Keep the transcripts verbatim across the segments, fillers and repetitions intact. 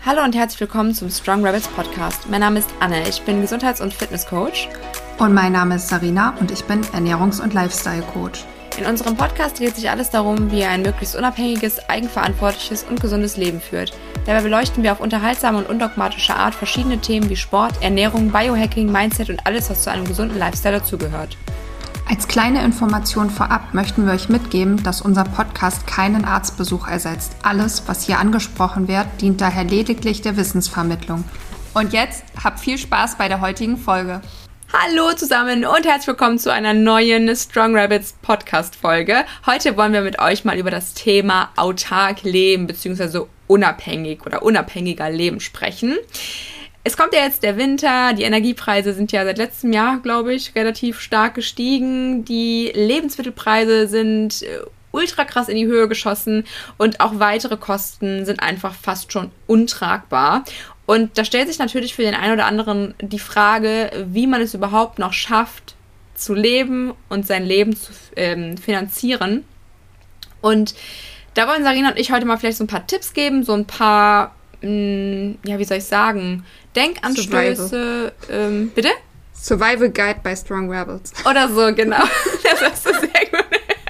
Hallo und herzlich willkommen zum Strong Rebels Podcast. Mein Name ist Anne, ich bin Gesundheits- und Fitnesscoach. Und mein Name ist Sarina und ich bin Ernährungs- und Lifestyle-Coach. In unserem Podcast dreht sich alles darum, wie ihr ein möglichst unabhängiges, eigenverantwortliches und gesundes Leben führt. Dabei beleuchten wir auf unterhaltsame und undogmatische Art verschiedene Themen wie Sport, Ernährung, Biohacking, Mindset und alles, was zu einem gesunden Lifestyle dazugehört. Als kleine Information vorab möchten wir euch mitgeben, dass unser Podcast keinen Arztbesuch ersetzt. Alles, was hier angesprochen wird, dient daher lediglich der Wissensvermittlung. Und jetzt habt viel Spaß bei der heutigen Folge. Hallo zusammen und herzlich willkommen zu einer neuen Strong Rabbits Podcast-Folge. Heute wollen wir mit euch mal über das Thema autark leben bzw. unabhängig oder unabhängiger Leben sprechen. Es kommt ja jetzt der Winter, die Energiepreise sind ja seit letztem Jahr, glaube ich, relativ stark gestiegen. Die Lebensmittelpreise sind ultra krass in die Höhe geschossen und auch weitere Kosten sind einfach fast schon untragbar. Und da stellt sich natürlich für den einen oder anderen die Frage, wie man es überhaupt noch schafft, zu leben und sein Leben zu ähm, finanzieren. Und da wollen Sarina und ich heute mal vielleicht so ein paar Tipps geben, so ein paar, mh, ja, wie soll ich sagen, Denkanstöße. Ähm, bitte? Survival Guide bei Strong Rebels. Oder so, genau. Das hast du sehr gut.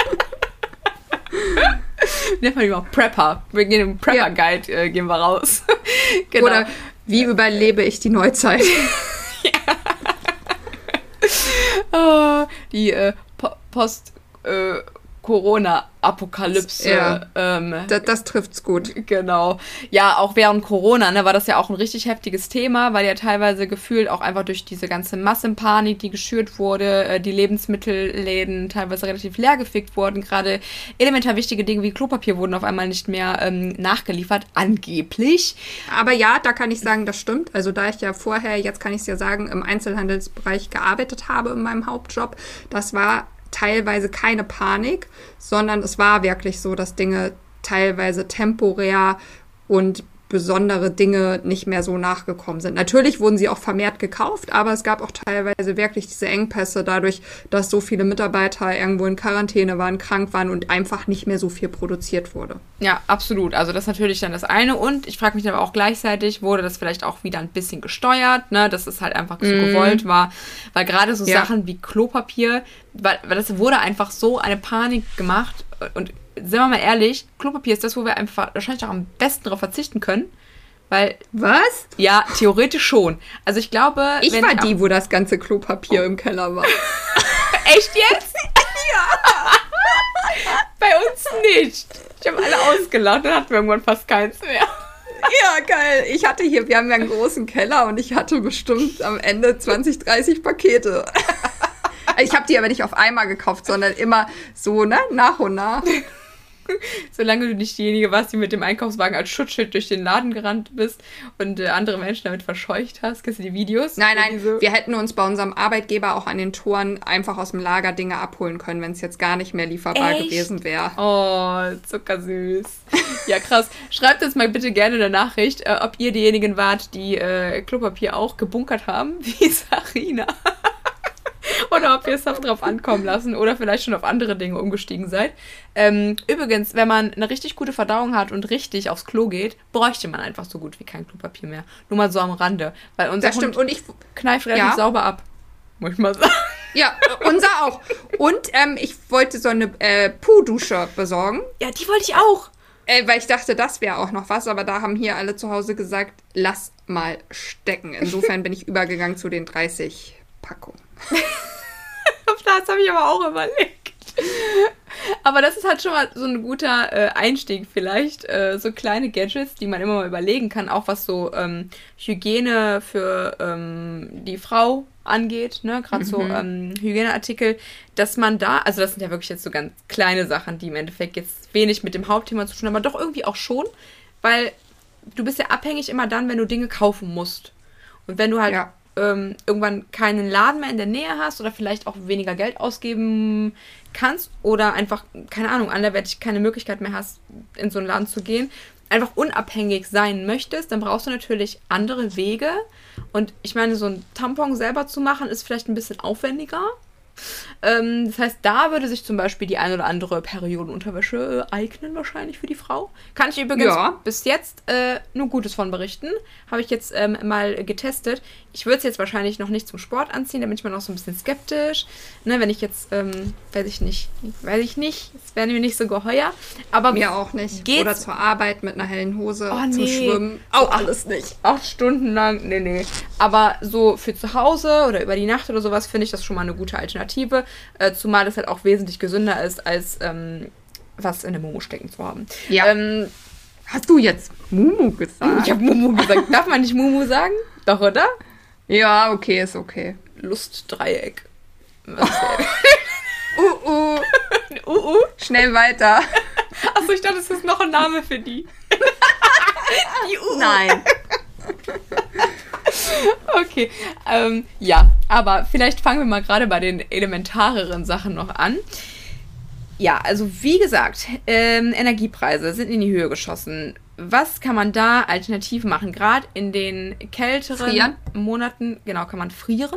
Nennt man ihn auch Prepper. Wir gehen im Prepper-Guide, äh, gehen wir raus. Genau. Oder wie überlebe ich die Neuzeit? Ja. Oh, die äh, po- Post- äh, Corona-Apokalypse. Ja, ähm, das, das trifft's gut. Genau. Ja, auch während Corona, ne, war das ja auch ein richtig heftiges Thema, weil ja teilweise gefühlt auch einfach durch diese ganze Massenpanik, die geschürt wurde, äh, die Lebensmittelläden teilweise relativ leergefickt wurden. Gerade elementar wichtige Dinge wie Klopapier wurden auf einmal nicht mehr ähm, nachgeliefert, angeblich. Aber ja, da kann ich sagen, das stimmt. Also da ich ja vorher, jetzt kann ich es ja sagen, im Einzelhandelsbereich gearbeitet habe in meinem Hauptjob, das war teilweise keine Panik, sondern es war wirklich so, dass Dinge teilweise temporär und besondere Dinge nicht mehr so nachgekommen sind. Natürlich wurden sie auch vermehrt gekauft, aber es gab auch teilweise wirklich diese Engpässe dadurch, dass so viele Mitarbeiter irgendwo in Quarantäne waren, krank waren und einfach nicht mehr so viel produziert wurde. Ja, absolut. Also das ist natürlich dann das eine. Und ich frage mich aber auch gleichzeitig, wurde das vielleicht auch wieder ein bisschen gesteuert, ne, dass es halt einfach so mm. gewollt war. Weil gerade so ja. Sachen wie Klopapier, weil, weil das wurde einfach so eine Panik gemacht. Und sind wir mal ehrlich, Klopapier ist das, wo wir einfach wahrscheinlich auch am besten darauf verzichten können. Weil, was? Ja, theoretisch schon. Also ich glaube... Ich wenn war ich die, wo das ganze Klopapier oh. im Keller war. Echt jetzt? Ja. Bei uns nicht. Ich habe alle ausgelacht, dann hatten wir irgendwann fast keins mehr. Ja, geil. Ich hatte hier, wir haben ja einen großen Keller und ich hatte bestimmt am Ende zwanzig, dreißig Pakete. Ich habe die aber nicht auf einmal gekauft, sondern immer so, ne, nach und nach. Solange du nicht diejenige warst, die mit dem Einkaufswagen als Schutzschild durch den Laden gerannt bist und äh, andere Menschen damit verscheucht hast. Kennst du die Videos? Nein, nein, so wir hätten uns bei unserem Arbeitgeber auch an den Toren einfach aus dem Lager Dinge abholen können, wenn es jetzt gar nicht mehr lieferbar Echt? gewesen wäre. Oh, zuckersüß. Ja, krass. Schreibt uns mal bitte gerne eine Nachricht, äh, ob ihr diejenigen wart, die äh, Klopapier auch gebunkert haben, wie Sarina. Oder ob ihr es drauf ankommen lassen oder vielleicht schon auf andere Dinge umgestiegen seid. Ähm, übrigens, wenn man eine richtig gute Verdauung hat und richtig aufs Klo geht, bräuchte man einfach so gut wie kein Klopapier mehr. Nur mal so am Rande. Weil unser das stimmt. Hund und ich kneift relativ ja. sauber ab. Muss ich mal sagen. Ja, unser auch. Und ähm, ich wollte so eine äh, Puh-Dusche besorgen. Ja, die wollte ich auch. Äh, weil ich dachte, das wäre auch noch was. Aber da haben hier alle zu Hause gesagt, lass mal stecken. Insofern bin ich übergegangen zu den dreißig Packungen. Das habe ich aber auch überlegt. Aber das ist halt schon mal so ein guter äh, Einstieg vielleicht. Äh, so kleine Gadgets, die man immer mal überlegen kann. Auch was so ähm, Hygiene für ähm, die Frau angeht. Ne? Gerade mhm. so ähm, Hygieneartikel. Dass man da, also das sind ja wirklich jetzt so ganz kleine Sachen, die im Endeffekt jetzt wenig mit dem Hauptthema zu tun haben. Aber doch irgendwie auch schon. Weil du bist ja abhängig immer dann, wenn du Dinge kaufen musst. Und wenn du halt... Ja. Ähm, irgendwann keinen Laden mehr in der Nähe hast oder vielleicht auch weniger Geld ausgeben kannst oder einfach, keine Ahnung, anderweitig keine Möglichkeit mehr hast, in so einen Laden zu gehen, einfach unabhängig sein möchtest, dann brauchst du natürlich andere Wege. Und ich meine, so ein Tampon selber zu machen, ist vielleicht ein bisschen aufwendiger. Ähm, das heißt, da würde sich zum Beispiel die ein oder andere Periodenunterwäsche äh, eignen, wahrscheinlich für die Frau. Kann ich übrigens Ja. bis jetzt äh, nur Gutes von berichten. Habe ich jetzt ähm, mal getestet. Ich würde es jetzt wahrscheinlich noch nicht zum Sport anziehen, da bin ich mal noch so ein bisschen skeptisch. Ne, wenn ich jetzt, ähm, weiß ich nicht, weiß ich nicht, es wäre mir nicht so geheuer. Aber Mir auch nicht. geht's? Oder zur Arbeit mit einer hellen Hose, Oh, zum nee. Schwimmen. Auch alles nicht. Acht Stunden lang, nee, nee. Aber so für zu Hause oder über die Nacht oder sowas finde ich das schon mal eine gute Alternative. Äh, zumal das halt auch wesentlich gesünder ist, als ähm, was in der Momo stecken zu haben. Ja. Ähm, Hast du jetzt Mumu gesagt? ich habe Momo gesagt. Darf man nicht Mumu sagen? Doch, oder? Ja, okay, ist okay. Lustdreieck. Was Uh, uh. uh, uh. Schnell weiter. Achso, ich dachte, das ist noch ein Name für die. die uh. Nein. Okay, ähm, ja, aber vielleicht fangen wir mal gerade bei den elementareren Sachen noch an. Ja, also wie gesagt, ähm, Energiepreise sind in die Höhe geschossen. Was kann man da alternativ machen? Gerade in den kälteren Frieren. Monaten, genau, kann man frieren.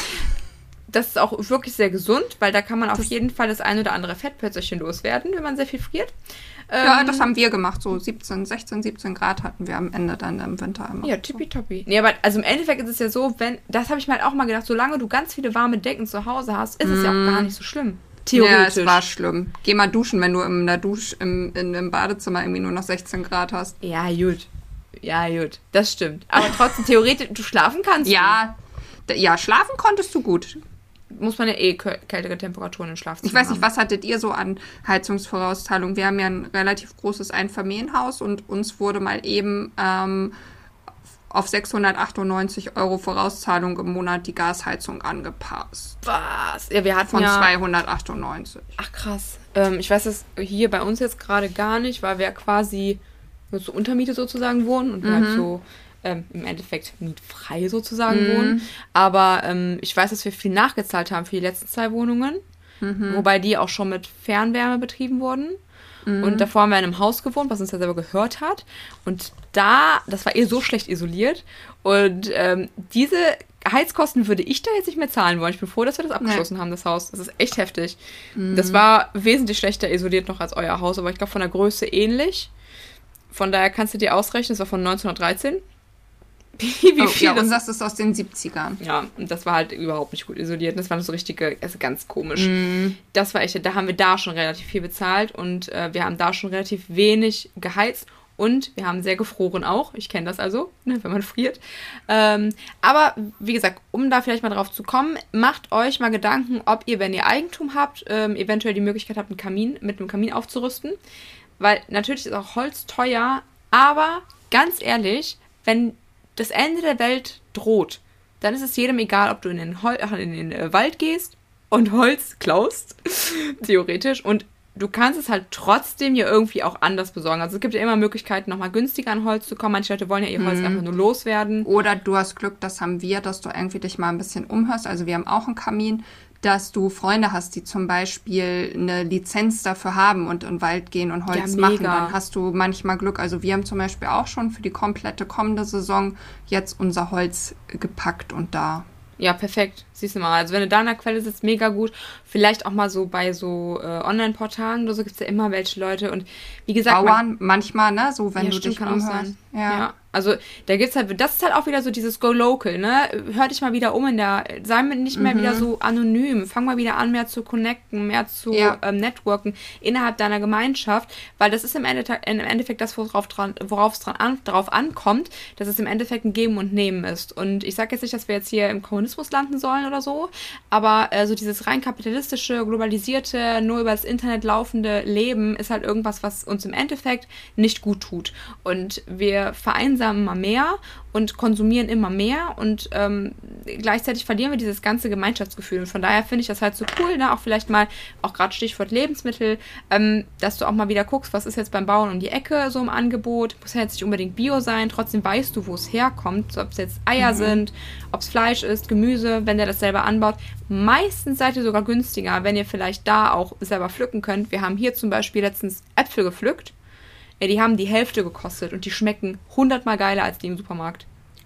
Das ist auch wirklich sehr gesund, weil da kann man auf Das- jeden Fall das ein oder andere Fettpölzerchen loswerden, wenn man sehr viel friert. Ja, Ähm, das haben wir gemacht. So siebzehn, sechzehn, siebzehn Grad hatten wir am Ende dann im Winter immer. Ja, tippitoppi. Nee, aber also im Endeffekt ist es ja so, wenn, das habe ich mir halt auch mal gedacht, solange du ganz viele warme Decken zu Hause hast, ist es ja auch gar nicht so schlimm. Theoretisch. Ja, es war schlimm. Geh mal duschen, wenn du in der Dusch im, in dem Badezimmer irgendwie nur noch sechzehn Grad hast. Ja, gut. Ja, gut. Das stimmt. Aber trotzdem, theoretisch, du schlafen kannst. Ja, d- ja, schlafen konntest du gut. Du. Muss man ja eh kä- kältere Temperaturen im Schlafzimmer Ich weiß nicht, haben. was hattet ihr so an Heizungsvorauszahlung? Wir haben ja ein relativ großes Einfamilienhaus und uns wurde mal eben ähm, auf sechshundertachtundneunzig Euro Vorauszahlung im Monat die Gasheizung angepasst. Was? Ja, wir hatten Von ja... zweihundertachtundneunzig. Ach, krass. Ähm, ich weiß das hier bei uns jetzt gerade gar nicht, weil wir quasi nur zur Untermiete sozusagen wohnen und wir halt so ähm, im Endeffekt mietfrei sozusagen wohnen. Aber ähm, ich weiß, dass wir viel nachgezahlt haben für die letzten zwei Wohnungen, wobei die auch schon mit Fernwärme betrieben wurden. Und davor haben wir in einem Haus gewohnt, was uns ja selber gehört hat. Und da, das war eh so schlecht isoliert. Und ähm, diese Heizkosten würde ich da jetzt nicht mehr zahlen wollen. Ich bin froh, dass wir das abgeschlossen haben, das Haus. Das ist echt heftig. Das war wesentlich schlechter isoliert noch als euer Haus, aber ich glaube von der Größe ähnlich. Von daher kannst du dir ausrechnen, das war von neunzehnhundertdreizehn. Wie Oh, viel ja, das und das ist aus den siebzigern. ja, und das war halt überhaupt nicht gut isoliert. Das war so richtige, also ganz komisch. Das war echt, da haben wir da schon relativ viel bezahlt und äh, wir haben da schon relativ wenig geheizt und wir haben sehr gefroren auch. Ich kenne das also, ne, wenn man friert. Ähm, aber wie gesagt, um da vielleicht mal drauf zu kommen, macht euch mal Gedanken, ob ihr, wenn ihr Eigentum habt, ähm, eventuell die Möglichkeit habt, einen Kamin mit einem Kamin aufzurüsten. Weil natürlich ist auch Holz teuer, aber ganz ehrlich, wenn das Ende der Welt droht, dann ist es jedem egal, ob du in den, Hol ach, in den äh, Wald gehst und Holz klaust, theoretisch, und du kannst es halt trotzdem hier irgendwie auch anders besorgen. Also es gibt ja immer Möglichkeiten, nochmal günstiger an Holz zu kommen. Manche Leute wollen ja ihr Holz einfach nur loswerden. Oder du hast Glück, das haben wir, dass du irgendwie dich mal ein bisschen umhörst. Also wir haben auch einen Kamin, dass du Freunde hast, die zum Beispiel eine Lizenz dafür haben und in den Wald gehen und Holz Ja, machen. mega. Dann hast du manchmal Glück. Also wir haben zum Beispiel auch schon für die komplette kommende Saison jetzt unser Holz gepackt und da. Ja, perfekt. Siehst du mal. Also wenn du da in der Quelle sitzt, mega gut. Vielleicht auch mal so bei so äh, Online-Portalen oder so gibt es ja immer welche Leute. Und wie gesagt, man- Bauern manchmal, ne? So, wenn ja, du stimmt, dich kann auch umhörst. sein. Ja. Ja. Also da gibt's halt, das ist halt auch wieder so dieses Go Local, ne? Hör dich mal wieder um in der, sei mit nicht mehr wieder so anonym. Fang mal wieder an, mehr zu connecten, mehr zu Ja. ähm, networken innerhalb deiner Gemeinschaft, weil das ist im Endeffekt, im Endeffekt das, worauf dran, worauf es dran an, darauf ankommt, dass es im Endeffekt ein Geben und Nehmen ist. Und ich sage jetzt nicht, dass wir jetzt hier im Kommunismus landen sollen oder so, aber äh, so dieses rein kapitalistische, globalisierte, nur über das Internet laufende Leben ist halt irgendwas, was uns im Endeffekt nicht gut tut. Und wir vereinsamen immer mehr und konsumieren immer mehr und ähm, gleichzeitig verlieren wir dieses ganze Gemeinschaftsgefühl. Und von daher finde ich das halt so cool, ne? Auch vielleicht mal, auch gerade Stichwort Lebensmittel, ähm, dass du auch mal wieder guckst, was ist jetzt beim Bauern um die Ecke so im Angebot. Muss ja jetzt nicht unbedingt Bio sein, trotzdem weißt du, wo es herkommt, so, ob es jetzt Eier sind, ob es Fleisch ist, Gemüse, wenn der das selber anbaut. Meistens seid ihr sogar günstiger, wenn ihr vielleicht da auch selber pflücken könnt. Wir haben hier zum Beispiel letztens Äpfel gepflückt. Ja, die haben die Hälfte gekostet und die schmecken hundertmal geiler als die im Supermarkt.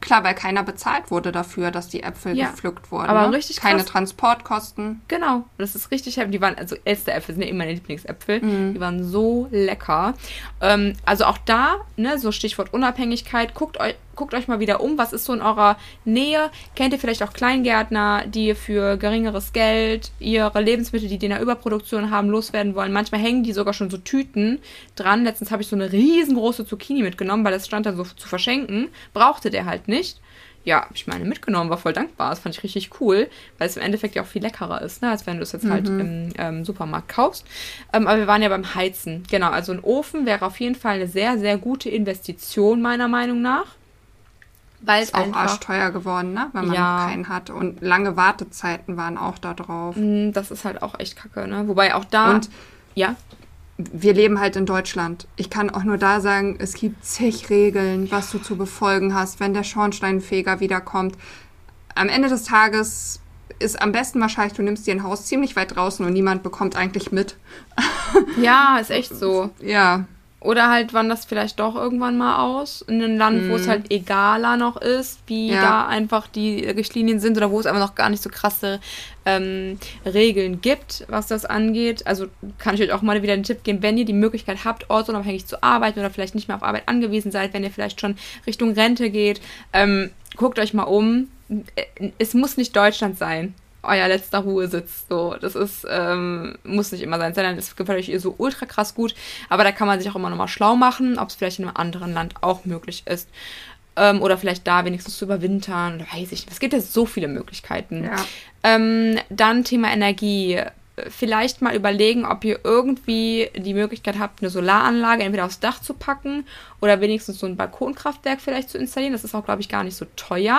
Klar, weil keiner bezahlt wurde dafür, dass die Äpfel ja, gepflückt wurden. Aber ne? richtig Keine krass. Transportkosten. Genau, das ist richtig heavy. Die waren, also Elsteräpfel sind ja immer meine Lieblingsäpfel. Mhm. Die waren so lecker. Ähm, also auch da, ne, so Stichwort Unabhängigkeit, guckt euch, guckt euch mal wieder um, was ist so in eurer Nähe. Kennt ihr vielleicht auch Kleingärtner, die für geringeres Geld ihre Lebensmittel, die die in der Überproduktion haben, loswerden wollen. Manchmal hängen die sogar schon so Tüten dran. Letztens habe ich so eine riesengroße Zucchini mitgenommen, weil das stand da so zu verschenken. Brauchte der halt nicht. Ja, habe ich meine mitgenommen, war voll dankbar. Das fand ich richtig cool, weil es im Endeffekt ja auch viel leckerer ist, ne, als wenn du es jetzt mhm. halt im ähm, Supermarkt kaufst. Ähm, aber wir waren ja beim Heizen. Genau, also ein Ofen wäre auf jeden Fall eine sehr, sehr gute Investition, meiner Meinung nach. Weil ist auch arschteuer geworden, ne, wenn man ja. keinen hat. Und lange Wartezeiten waren auch da drauf. Das ist halt auch echt kacke, ne? Wobei auch da... Und ja. Wir leben halt in Deutschland. Ich kann auch nur da sagen, es gibt zig Regeln, was du zu befolgen hast, wenn der Schornsteinfeger wiederkommt. Am Ende des Tages ist am besten wahrscheinlich, du nimmst dir ein Haus ziemlich weit draußen und niemand bekommt eigentlich mit. Ja, ist echt so. Ja. Oder halt wandert das vielleicht doch irgendwann mal aus in ein Land, mm. wo es halt egaler noch ist, wie ja. da einfach die Richtlinien sind oder wo es einfach noch gar nicht so krasse ähm, Regeln gibt, was das angeht. Also kann ich euch auch mal wieder den Tipp geben, wenn ihr die Möglichkeit habt, ortsunabhängig zu arbeiten oder vielleicht nicht mehr auf Arbeit angewiesen seid, wenn ihr vielleicht schon Richtung Rente geht, ähm, guckt euch mal um. Es muss nicht Deutschland sein. Euer letzter Ruhesitz, so, das ist, ähm, muss nicht immer sein, sondern es gefällt euch so ultra krass gut, aber da kann man sich auch immer nochmal schlau machen, ob es vielleicht in einem anderen Land auch möglich ist, ähm, oder vielleicht da wenigstens zu überwintern, oder weiß ich nicht, es gibt ja so viele Möglichkeiten. Ja. Ähm, dann Thema Energie, vielleicht mal überlegen, ob ihr irgendwie die Möglichkeit habt, eine Solaranlage entweder aufs Dach zu packen oder wenigstens so ein Balkonkraftwerk vielleicht zu installieren, das ist auch, glaube ich, gar nicht so teuer.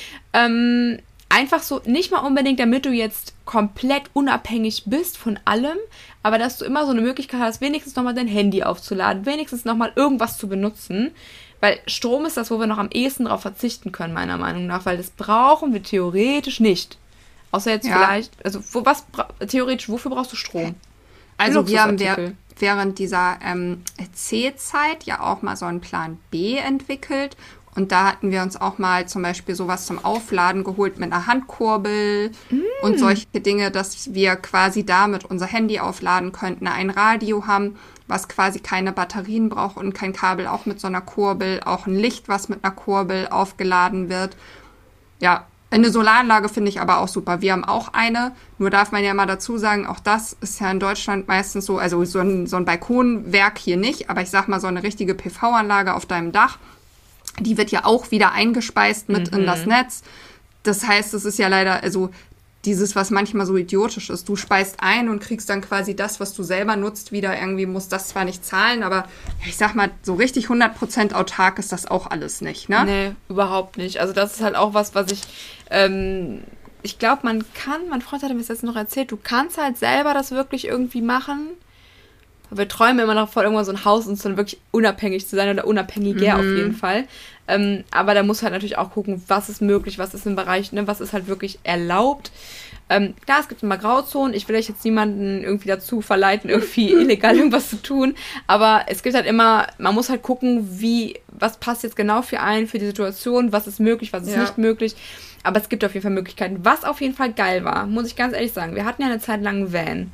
Ähm, Einfach so, nicht mal unbedingt, damit du jetzt komplett unabhängig bist von allem, aber dass du immer so eine Möglichkeit hast, wenigstens nochmal dein Handy aufzuladen, wenigstens nochmal irgendwas zu benutzen, weil Strom ist das, wo wir noch am ehesten darauf verzichten können, meiner Meinung nach, weil das brauchen wir theoretisch nicht. Außer jetzt ja. vielleicht, also wo, was theoretisch, wofür brauchst du Strom? Also wir haben wir während dieser ähm, C-Zeit ja auch mal so einen Plan B entwickelt. Und da hatten wir uns auch mal zum Beispiel sowas zum Aufladen geholt mit einer Handkurbel mm. und solche Dinge, dass wir quasi damit unser Handy aufladen könnten, ein Radio haben, was quasi keine Batterien braucht und kein Kabel, auch mit so einer Kurbel, auch ein Licht, was mit einer Kurbel aufgeladen wird. Ja, eine Solaranlage finde ich aber auch super. Wir haben auch eine, nur darf man ja mal dazu sagen, auch das ist ja in Deutschland meistens so, also so ein, so ein Balkonwerk hier nicht, aber ich sag mal so eine richtige P V-Anlage auf deinem Dach, die wird ja auch wieder eingespeist mit mhm. in das Netz. Das heißt, es ist ja leider, also dieses, was manchmal so idiotisch ist. Du speist ein und kriegst dann quasi das, was du selber nutzt, wieder. Irgendwie musst das zwar nicht zahlen, aber ich sag mal, so richtig hundert Prozent autark ist das auch alles nicht, ne? Nee, überhaupt nicht. Also das ist halt auch was, was ich, ähm, ich glaube, man kann, mein Freund hat mir das jetzt noch erzählt, du kannst halt selber das wirklich irgendwie machen. Wir träumen immer noch vor, irgendwann so ein Haus uns dann wirklich unabhängig zu sein oder unabhängiger mhm. auf jeden Fall. Ähm, aber da muss halt natürlich auch gucken, was ist möglich, was ist im Bereich, ne, was ist halt wirklich erlaubt. Ähm, klar, es gibt immer Grauzonen. Ich will euch jetzt niemanden irgendwie dazu verleiten, irgendwie illegal irgendwas zu tun. Aber es gibt halt immer, man muss halt gucken, wie, was passt jetzt genau für einen, für die Situation, was ist möglich, was ist ja. nicht möglich. Aber es gibt auf jeden Fall Möglichkeiten. Was auf jeden Fall geil war, muss ich ganz ehrlich sagen. Wir hatten ja eine Zeit lang einen Van.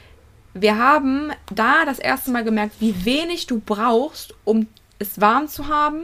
Wir haben da das erste Mal gemerkt, wie wenig du brauchst, um es warm zu haben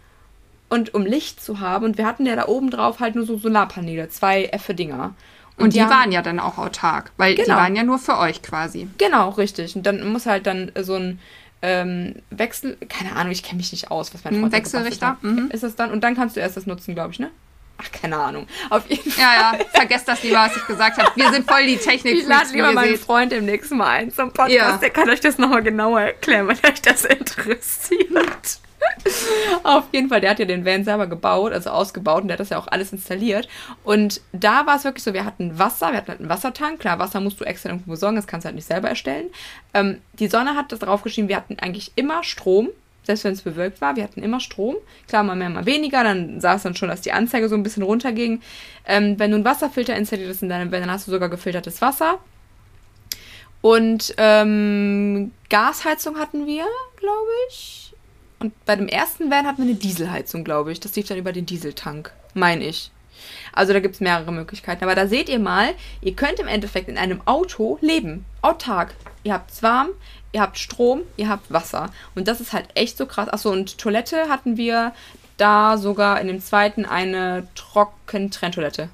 und um Licht zu haben. Und wir hatten ja da oben drauf halt nur so Solarpaneele, zwei Effe-Dinger. Und, und die, die haben, waren ja dann auch autark, weil genau. die waren ja nur für euch quasi. Genau, richtig. Und dann muss halt dann so ein ähm, Wechsel, keine Ahnung, ich kenne mich nicht aus, was mein Freund Wechselrichter mhm. ist das dann. Und dann kannst du erst das nutzen, glaube ich, ne? Ach, keine Ahnung. Auf jeden Fall. Ja, ja, vergesst das lieber, was ich gesagt habe. Wir sind voll die Technik. Ich lade lieber meinen seht. Freund im nächsten Mal ein zum Podcast. Ja. Der kann euch das nochmal genauer erklären, wenn euch das interessiert. Auf jeden Fall, der hat ja den Van selber gebaut, also ausgebaut, und der hat das ja auch alles installiert. Und da war es wirklich so, wir hatten Wasser, wir hatten halt einen Wassertank. Klar, Wasser musst du extra irgendwo besorgen, das kannst du halt nicht selber erstellen. Ähm, die Sonne hat das draufgeschrieben, wir hatten eigentlich immer Strom. Selbst wenn es bewölkt war, wir hatten immer Strom. Klar, mal mehr, mal weniger. Dann sah es dann schon, dass die Anzeige so ein bisschen runterging. Ähm, wenn du einen Wasserfilter installierst in deinem Van, dann hast du sogar gefiltertes Wasser. Und ähm, Gasheizung hatten wir, glaube ich. Und bei dem ersten Van hatten wir eine Dieselheizung, glaube ich. Das lief dann über den Dieseltank, meine ich. Also da gibt es mehrere Möglichkeiten. Aber da seht ihr mal, ihr könnt im Endeffekt in einem Auto leben. Autark. Ihr habt es warm, ihr habt Strom, ihr habt Wasser. Und das ist halt echt so krass. Achso, und Toilette hatten wir da sogar in dem zweiten eine Trockentrenntoilette.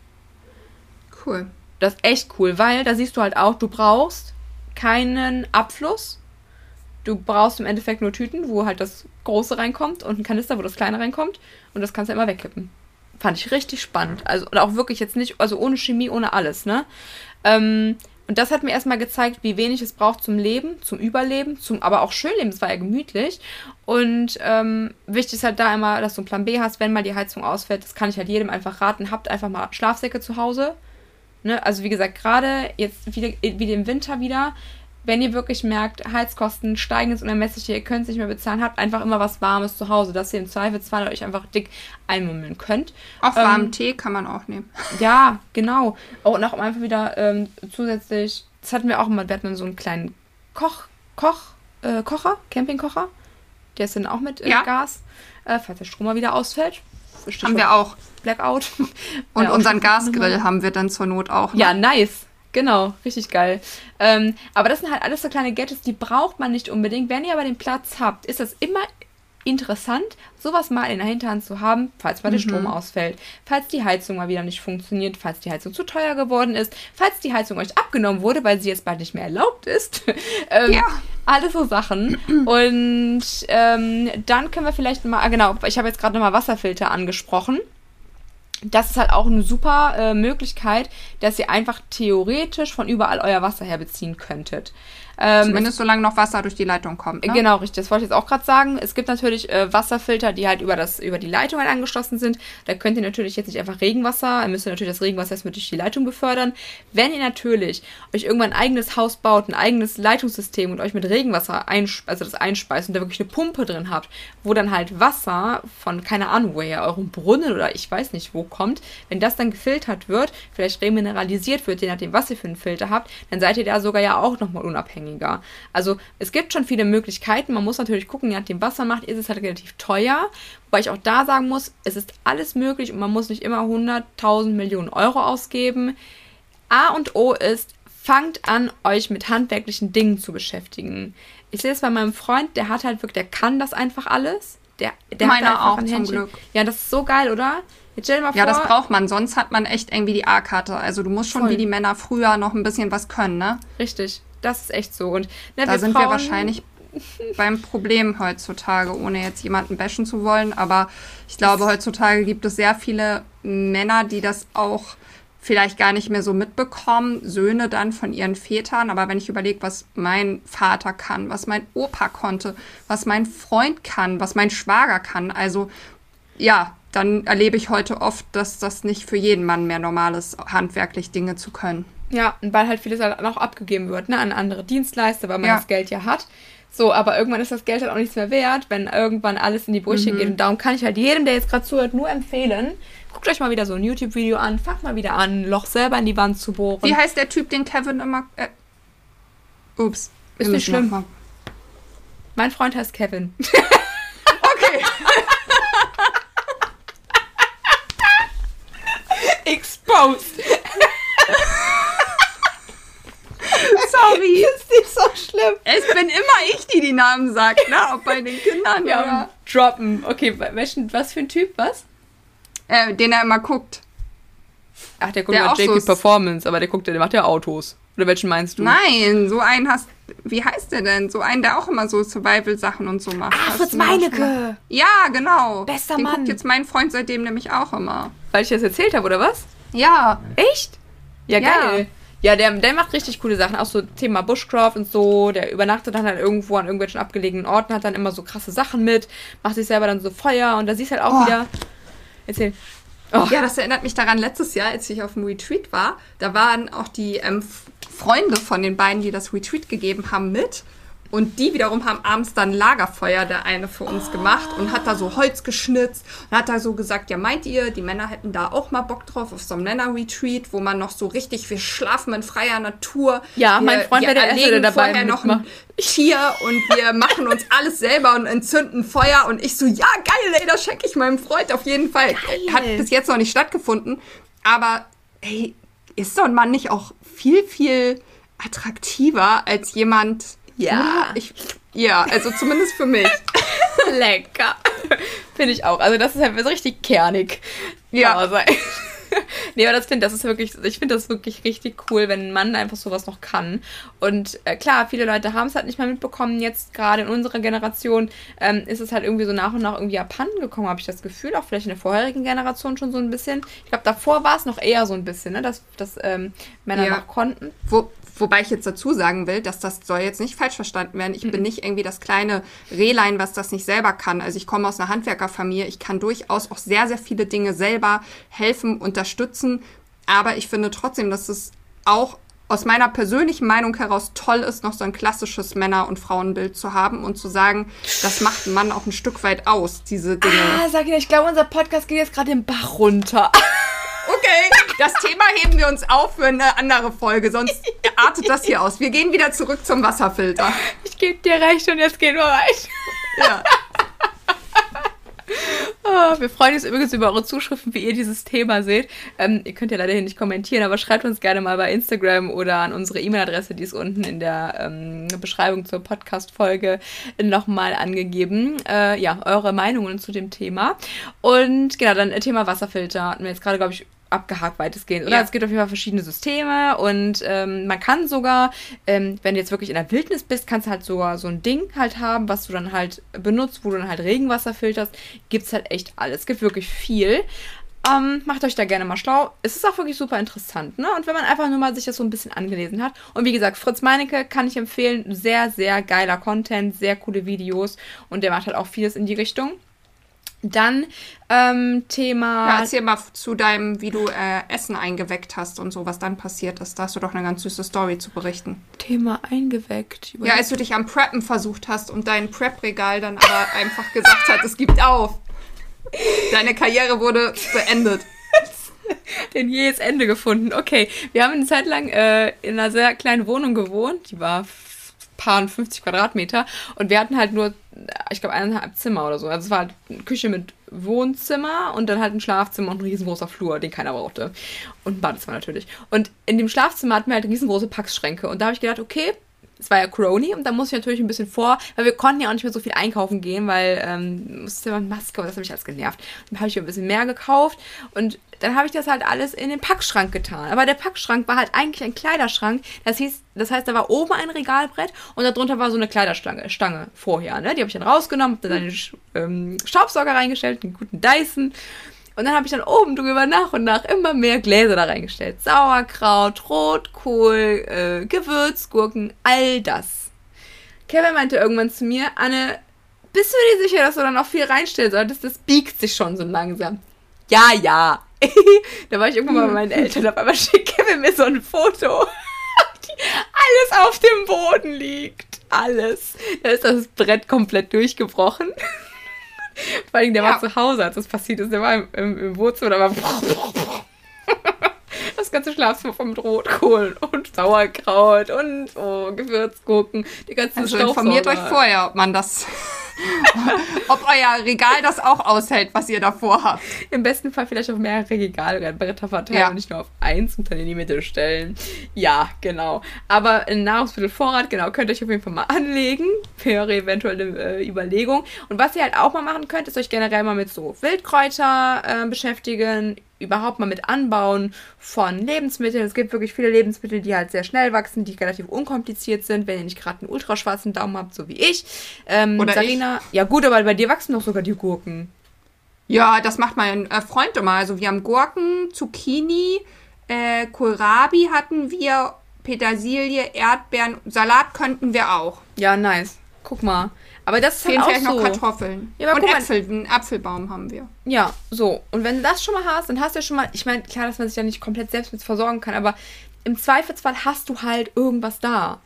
Cool. Das ist echt cool, weil da siehst du halt auch, du brauchst keinen Abfluss. Du brauchst im Endeffekt nur Tüten, wo halt das Große reinkommt und ein Kanister, wo das Kleine reinkommt. Und das kannst du immer wegkippen. Fand ich richtig spannend. Also, und auch wirklich jetzt nicht, also ohne Chemie, ohne alles, ne? Ähm, und das hat mir erstmal gezeigt, wie wenig es braucht zum Leben, zum Überleben, zum aber auch Schönleben. Es war ja gemütlich. Und ähm, wichtig ist halt da immer, dass du einen Plan B hast, wenn mal die Heizung ausfällt. Das kann ich halt jedem einfach raten. Habt einfach mal Schlafsäcke zu Hause. Ne? Also wie gesagt, gerade jetzt wieder, wieder im Winter wieder, wenn ihr wirklich merkt, Heizkosten steigen ins Unermessliche, ihr könnt es nicht mehr bezahlen, habt einfach immer was Warmes zu Hause, dass ihr im Zweifelsfall euch einfach dick einmummeln könnt. Auch warmen ähm, Tee kann man auch nehmen. Ja, genau. Oh, und auch einfach wieder ähm, zusätzlich, das hatten wir auch mal, wir hatten so einen kleinen Koch, Koch, äh, Kocher, Campingkocher. Der ist dann auch mit äh, ja. Gas, äh, falls der Strom mal wieder ausfällt. Stichwort haben wir auch. Blackout. Und ja, unseren Gasgrill haben wir dann zur Not auch. Ne? Ja, nice. Genau, richtig geil. Ähm, aber das sind halt alles so kleine Gadgets, die braucht man nicht unbedingt. Wenn ihr aber den Platz habt, ist das immer interessant, sowas mal in der Hinterhand zu haben, falls mal der mhm. Strom ausfällt, falls die Heizung mal wieder nicht funktioniert, falls die Heizung zu teuer geworden ist, falls die Heizung euch abgenommen wurde, weil sie jetzt bald nicht mehr erlaubt ist. ähm, ja. Alles so Sachen. Und ähm, dann können wir vielleicht mal, genau, ich habe jetzt gerade nochmal Wasserfilter angesprochen. Das ist halt auch eine super äh, Möglichkeit, dass ihr einfach theoretisch von überall euer Wasser herbeziehen könntet. Ähm, Zumindest solange noch Wasser durch die Leitung kommt. Ne? Genau, richtig. Das wollte ich jetzt auch gerade sagen. Es gibt natürlich äh, Wasserfilter, die halt über, das, über die Leitung halt angeschlossen sind. Da könnt ihr natürlich jetzt nicht einfach Regenwasser, ihr müsst natürlich das Regenwasser erstmal durch die Leitung befördern. Wenn ihr natürlich euch irgendwann ein eigenes Haus baut, ein eigenes Leitungssystem und euch mit Regenwasser einspe- also das einspeist und da wirklich eine Pumpe drin habt, wo dann halt Wasser von, keine Ahnung woher, eurem Brunnen oder ich weiß nicht wo kommt, wenn das dann gefiltert wird, vielleicht remineralisiert wird, je nachdem, was ihr für einen Filter habt, dann seid ihr da sogar ja auch nochmal unabhängig. Also es gibt schon viele Möglichkeiten. Man muss natürlich gucken, je nachdem, was man macht, ist es halt relativ teuer. Wobei ich auch da sagen muss, es ist alles möglich und man muss nicht immer hunderttausend Millionen Euro ausgeben. A und O ist, fangt an, euch mit handwerklichen Dingen zu beschäftigen. Ich sehe es bei meinem Freund, der hat halt wirklich, der kann das einfach alles. Der, der Meiner hat einfach auch, ein zum Händchen. Glück. Ja, das ist so geil, oder? Jetzt stell dir mal ja, vor, das braucht man, sonst hat man echt irgendwie die A-Karte. Also du musst schon voll. Wie die Männer früher noch ein bisschen was können, ne? Richtig. Das ist echt so. Und ne, da wir sind Frauen, wir wahrscheinlich beim Problem heutzutage, ohne jetzt jemanden bashen zu wollen. Aber ich glaube, heutzutage gibt es sehr viele Männer, die das auch vielleicht gar nicht mehr so mitbekommen. Söhne dann von ihren Vätern. Aber wenn ich überlege, was mein Vater kann, was mein Opa konnte, was mein Freund kann, was mein Schwager kann. Also ja, dann erlebe ich heute oft, dass das nicht für jeden Mann mehr normal ist, handwerklich Dinge zu können. Ja, und weil halt vieles halt auch abgegeben wird, ne, an andere Dienstleister, weil man ja. das Geld ja hat. So, aber irgendwann ist das Geld halt auch nichts mehr wert, wenn irgendwann alles in die Brüche mhm. geht. Und darum kann ich halt jedem, der jetzt gerade zuhört, nur empfehlen, guckt euch mal wieder so ein YouTube-Video an, fangt mal wieder an, ein Loch selber in die Wand zu bohren. Wie heißt der Typ, den Kevin immer... Äh, ups. Ist nicht schlimm. Mein Freund heißt Kevin. Okay. Exposed. Sorry. Das ist nicht so schlimm. Es bin immer ich, die die Namen sagt, ne? Auch bei den Kindern. Ja, oder? Droppen. Okay, welchen, was für ein Typ, was? Äh, den er immer guckt. Ach, der guckt der über J P so Performance, aber der guckt, der macht ja Autos. Oder welchen meinst du? Nein, so einen hast... Wie heißt der denn? So einen, der auch immer so Survival-Sachen und so macht. Ach, Fritz Meinecke. Ja, genau. Bester den Mann. guckt jetzt mein Freund seitdem nämlich auch immer. Weil ich das erzählt habe, oder was? Ja. Echt? Ja, geil. Ja. Ja, der, der macht richtig coole Sachen, auch so Thema Bushcraft und so, der übernachtet dann halt irgendwo an irgendwelchen abgelegenen Orten, hat dann immer so krasse Sachen mit, macht sich selber dann so Feuer und da siehst du halt auch oh. wieder, erzähl. Oh. Ja, das erinnert mich daran, letztes Jahr, als ich auf dem Retreat war, da waren auch die ähm, Freunde von den beiden, die das Retreat gegeben haben, mit Und die wiederum haben abends dann Lagerfeuer, der eine für uns oh. gemacht und hat da so Holz geschnitzt und hat da so gesagt, ja meint ihr, die Männer hätten da auch mal Bock drauf auf so einem Männer-Retreat, wo man noch so richtig, wir schlafen in freier Natur. Ja, wir, mein Freund wäre der Erste, der dabei vorher noch ein Tier und wir machen uns alles selber und entzünden Feuer und ich so, ja geil, ey, das schenke ich meinem Freund auf jeden Fall. Geil. Hat bis jetzt noch nicht stattgefunden, aber ey, ist so ein Mann nicht auch viel, viel attraktiver als jemand... Ja. Ich, ja, also zumindest für mich. Lecker. Finde ich auch. Also das ist halt so richtig kernig. Ja. Nee, aber das finde das ist wirklich, ich finde das wirklich richtig cool, wenn ein Mann einfach sowas noch kann. Und äh, klar, viele Leute haben es halt nicht mal mitbekommen. Jetzt gerade in unserer Generation ähm, ist es halt irgendwie so nach und nach irgendwie abhanden gekommen, habe ich das Gefühl. Auch vielleicht in der vorherigen Generation schon so ein bisschen. Ich glaube, davor war es noch eher so ein bisschen, ne, dass, dass ähm, Männer ja. noch konnten. Wo, wobei ich jetzt dazu sagen will, dass das soll jetzt nicht falsch verstanden werden. Ich mhm. bin nicht irgendwie das kleine Rehlein, was das nicht selber kann. Also ich komme aus einer Handwerkerfamilie. Ich kann durchaus auch sehr, sehr viele Dinge selber helfen, unterstützen. Aber ich finde trotzdem, dass es auch aus meiner persönlichen Meinung heraus toll ist, noch so ein klassisches Männer- und Frauenbild zu haben und zu sagen, das macht einen Mann auch ein Stück weit aus, diese Dinge. Ah, sag ich, ich glaube, unser Podcast geht jetzt gerade den Bach runter. Okay, das Thema heben wir uns auf für eine andere Folge, sonst artet das hier aus. Wir gehen wieder zurück zum Wasserfilter. Ich gebe dir recht und jetzt gehen wir weiter. Ja. Oh, wir freuen uns übrigens über eure Zuschriften, wie ihr dieses Thema seht. Ähm, ihr könnt ja leider hier nicht kommentieren, aber schreibt uns gerne mal bei Instagram oder an unsere E-Mail-Adresse, die ist unten in der ähm, Beschreibung zur Podcast-Folge nochmal angegeben. Äh, ja, eure Meinungen zu dem Thema. Und genau, dann Thema Wasserfilter hatten wir jetzt gerade, glaube ich, abgehakt weitestgehend, oder? Ja. Es gibt auf jeden Fall verschiedene Systeme und ähm, man kann sogar, ähm, wenn du jetzt wirklich in der Wildnis bist, kannst du halt sogar so ein Ding halt haben, was du dann halt benutzt, wo du dann halt Regenwasser filterst. Gibt's halt echt alles. Es gibt wirklich viel. Ähm, macht euch da gerne mal schlau. Es ist auch wirklich super interessant, ne? Und wenn man einfach nur mal sich das so ein bisschen angelesen hat. Und wie gesagt, Fritz Meinecke kann ich empfehlen. Sehr, sehr geiler Content, sehr coole Videos und der macht halt auch vieles in die Richtung. Dann ähm, Thema... Ja, erzähl mal zu deinem, wie du äh, Essen eingeweckt hast und so, was dann passiert ist. Da hast du doch eine ganz süße Story zu berichten. Thema eingeweckt? Ja, als du dich am Preppen versucht hast und dein Prep-Regal dann aber einfach gesagt hat, es gibt auf. Deine Karriere wurde beendet. Den jähes Ende gefunden. Okay, wir haben eine Zeit lang äh, in einer sehr kleinen Wohnung gewohnt. Die war paar fünfzig Quadratmeter und wir hatten halt nur, ich glaube, eineinhalb Zimmer oder so. Also es war halt eine Küche mit Wohnzimmer und dann halt ein Schlafzimmer und ein riesengroßer Flur, den keiner brauchte. Und ein Badezimmer natürlich. Und in dem Schlafzimmer hatten wir halt riesengroße Packschränke und da habe ich gedacht, okay, es war ja Corona und da muss ich natürlich ein bisschen vor, weil wir konnten ja auch nicht mehr so viel einkaufen gehen, weil ähm, musste immer Maske und das hat mich alles genervt. Dann habe ich ein bisschen mehr gekauft und dann habe ich das halt alles in den Packschrank getan. Aber der Packschrank war halt eigentlich ein Kleiderschrank. Das hieß, das heißt, da war oben ein Regalbrett und darunter war so eine Kleiderstange Stange vorher. Ne? Die habe ich dann rausgenommen, habe dann einen ähm, Staubsauger reingestellt, einen guten Dyson. Und dann habe ich dann oben drüber nach und nach immer mehr Gläser da reingestellt. Sauerkraut, Rotkohl, äh, Gewürzgurken, all das. Kevin meinte irgendwann zu mir, Anne, bist du dir sicher, dass du da noch viel reinstellen solltest? Das biegt sich schon so langsam. Ja, ja. Da war ich irgendwann mal bei meinen Eltern, auf einmal schickt Kevin mir so ein Foto. Alles auf dem Boden liegt. Alles. Da ist das Brett komplett durchgebrochen. Vor allem, der ja. war zu Hause, als das passiert ist. Der war im, im, im Wohnzimmer, da war das ganze Schlafzimmer voll mit Rotkohl und Sauerkraut und oh, Gewürzgurken. Die ganzen Also informiert euch vorher, ob man das, ob euer Regal das auch aushält, was ihr davor habt. Im besten Fall vielleicht auf mehrere Regale oder Bretter verteilen ja. und nicht nur auf eins und dann in die Mitte stellen. Ja, genau. Aber ein Nahrungsmittelvorrat, genau, könnt ihr euch auf jeden Fall mal anlegen für eure eventuelle äh, Überlegung. Und was ihr halt auch mal machen könnt, ist euch generell mal mit so Wildkräuter äh, beschäftigen, überhaupt mal mit Anbauen von Lebensmitteln. Es gibt wirklich viele Lebensmittel, die halt sehr schnell wachsen, die relativ unkompliziert sind, wenn ihr nicht gerade einen ultraschwarzen Daumen habt, so wie ich. Ähm, Oder Sarina, ich. Ja gut, aber bei dir wachsen doch sogar die Gurken. Ja, das macht mein äh, Freund immer. Also wir haben Gurken, Zucchini, äh, Kohlrabi hatten wir, Petersilie, Erdbeeren, Salat könnten wir auch. Ja, nice. Guck mal. Aber das ist halt auch vielleicht so. noch Kartoffeln. Ja, aber und Äpfel, einen Apfelbaum haben wir. Ja, so. Und wenn du das schon mal hast, dann hast du ja schon mal, ich meine, klar, dass man sich ja nicht komplett selbst mit versorgen kann, aber im Zweifelsfall hast du halt irgendwas da. Und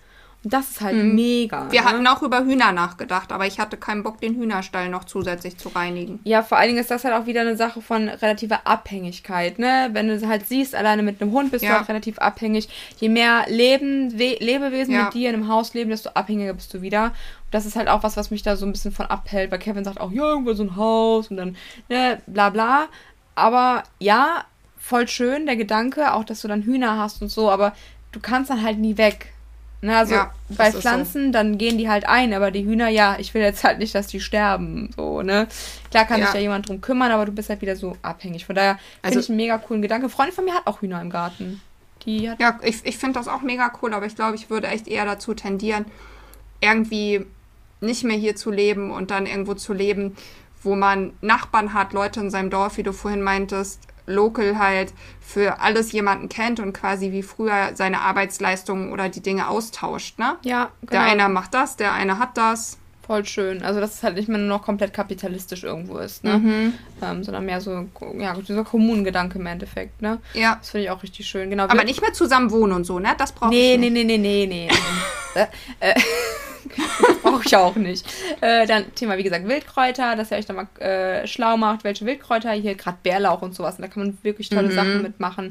Das ist halt mhm. mega. Wir ne? hatten auch über Hühner nachgedacht, aber ich hatte keinen Bock, den Hühnerstall noch zusätzlich zu reinigen. Ja, vor allen Dingen ist das halt auch wieder eine Sache von relativer Abhängigkeit, ne? Wenn du halt siehst, alleine mit einem Hund bist ja. du halt relativ abhängig. Je mehr Leben, We- Lebewesen ja. mit dir in einem Haus leben, desto abhängiger bist du wieder. Und das ist halt auch was, was mich da so ein bisschen von abhält, weil Kevin sagt auch, ja, irgendwo so ein Haus und dann, ne, bla bla. Aber ja, voll schön, der Gedanke, auch, dass du dann Hühner hast und so, aber du kannst dann halt nie weg. Ne, also ja, bei Pflanzen, so. Dann gehen die halt ein, aber die Hühner, ja, ich will jetzt halt nicht, dass die sterben, so, ne. Klar kann ja. sich da jemand drum kümmern, aber du bist halt wieder so abhängig. Von daher also, finde ich einen mega coolen Gedanke. Eine Freundin von mir hat auch Hühner im Garten. Die hat ja, ich, ich finde das auch mega cool, aber ich glaube, ich würde echt eher dazu tendieren, irgendwie nicht mehr hier zu leben und dann irgendwo zu leben, wo man Nachbarn hat, Leute in seinem Dorf, wie du vorhin meintest, local halt für alles jemanden kennt und quasi wie früher seine Arbeitsleistungen oder die Dinge austauscht, ne? Ja, genau. Der eine macht das, der eine hat das. Voll schön. Also, dass es halt nicht mehr nur noch komplett kapitalistisch irgendwo ist, ne? Mhm. Ähm, sondern mehr so, ja, dieser Kommunengedanke im Endeffekt, ne? Ja. Das finde ich auch richtig schön. Genau. Aber nicht mehr zusammen wohnen und so, ne? Das brauche nee, ich nicht. Nee, nee, nee, nee, nee. äh, das brauche ich auch nicht. Äh, dann Thema, wie gesagt, Wildkräuter, dass ihr euch da mal äh, schlau macht, welche Wildkräuter, hier gerade Bärlauch und sowas. Und da kann man wirklich tolle mhm. Sachen mitmachen.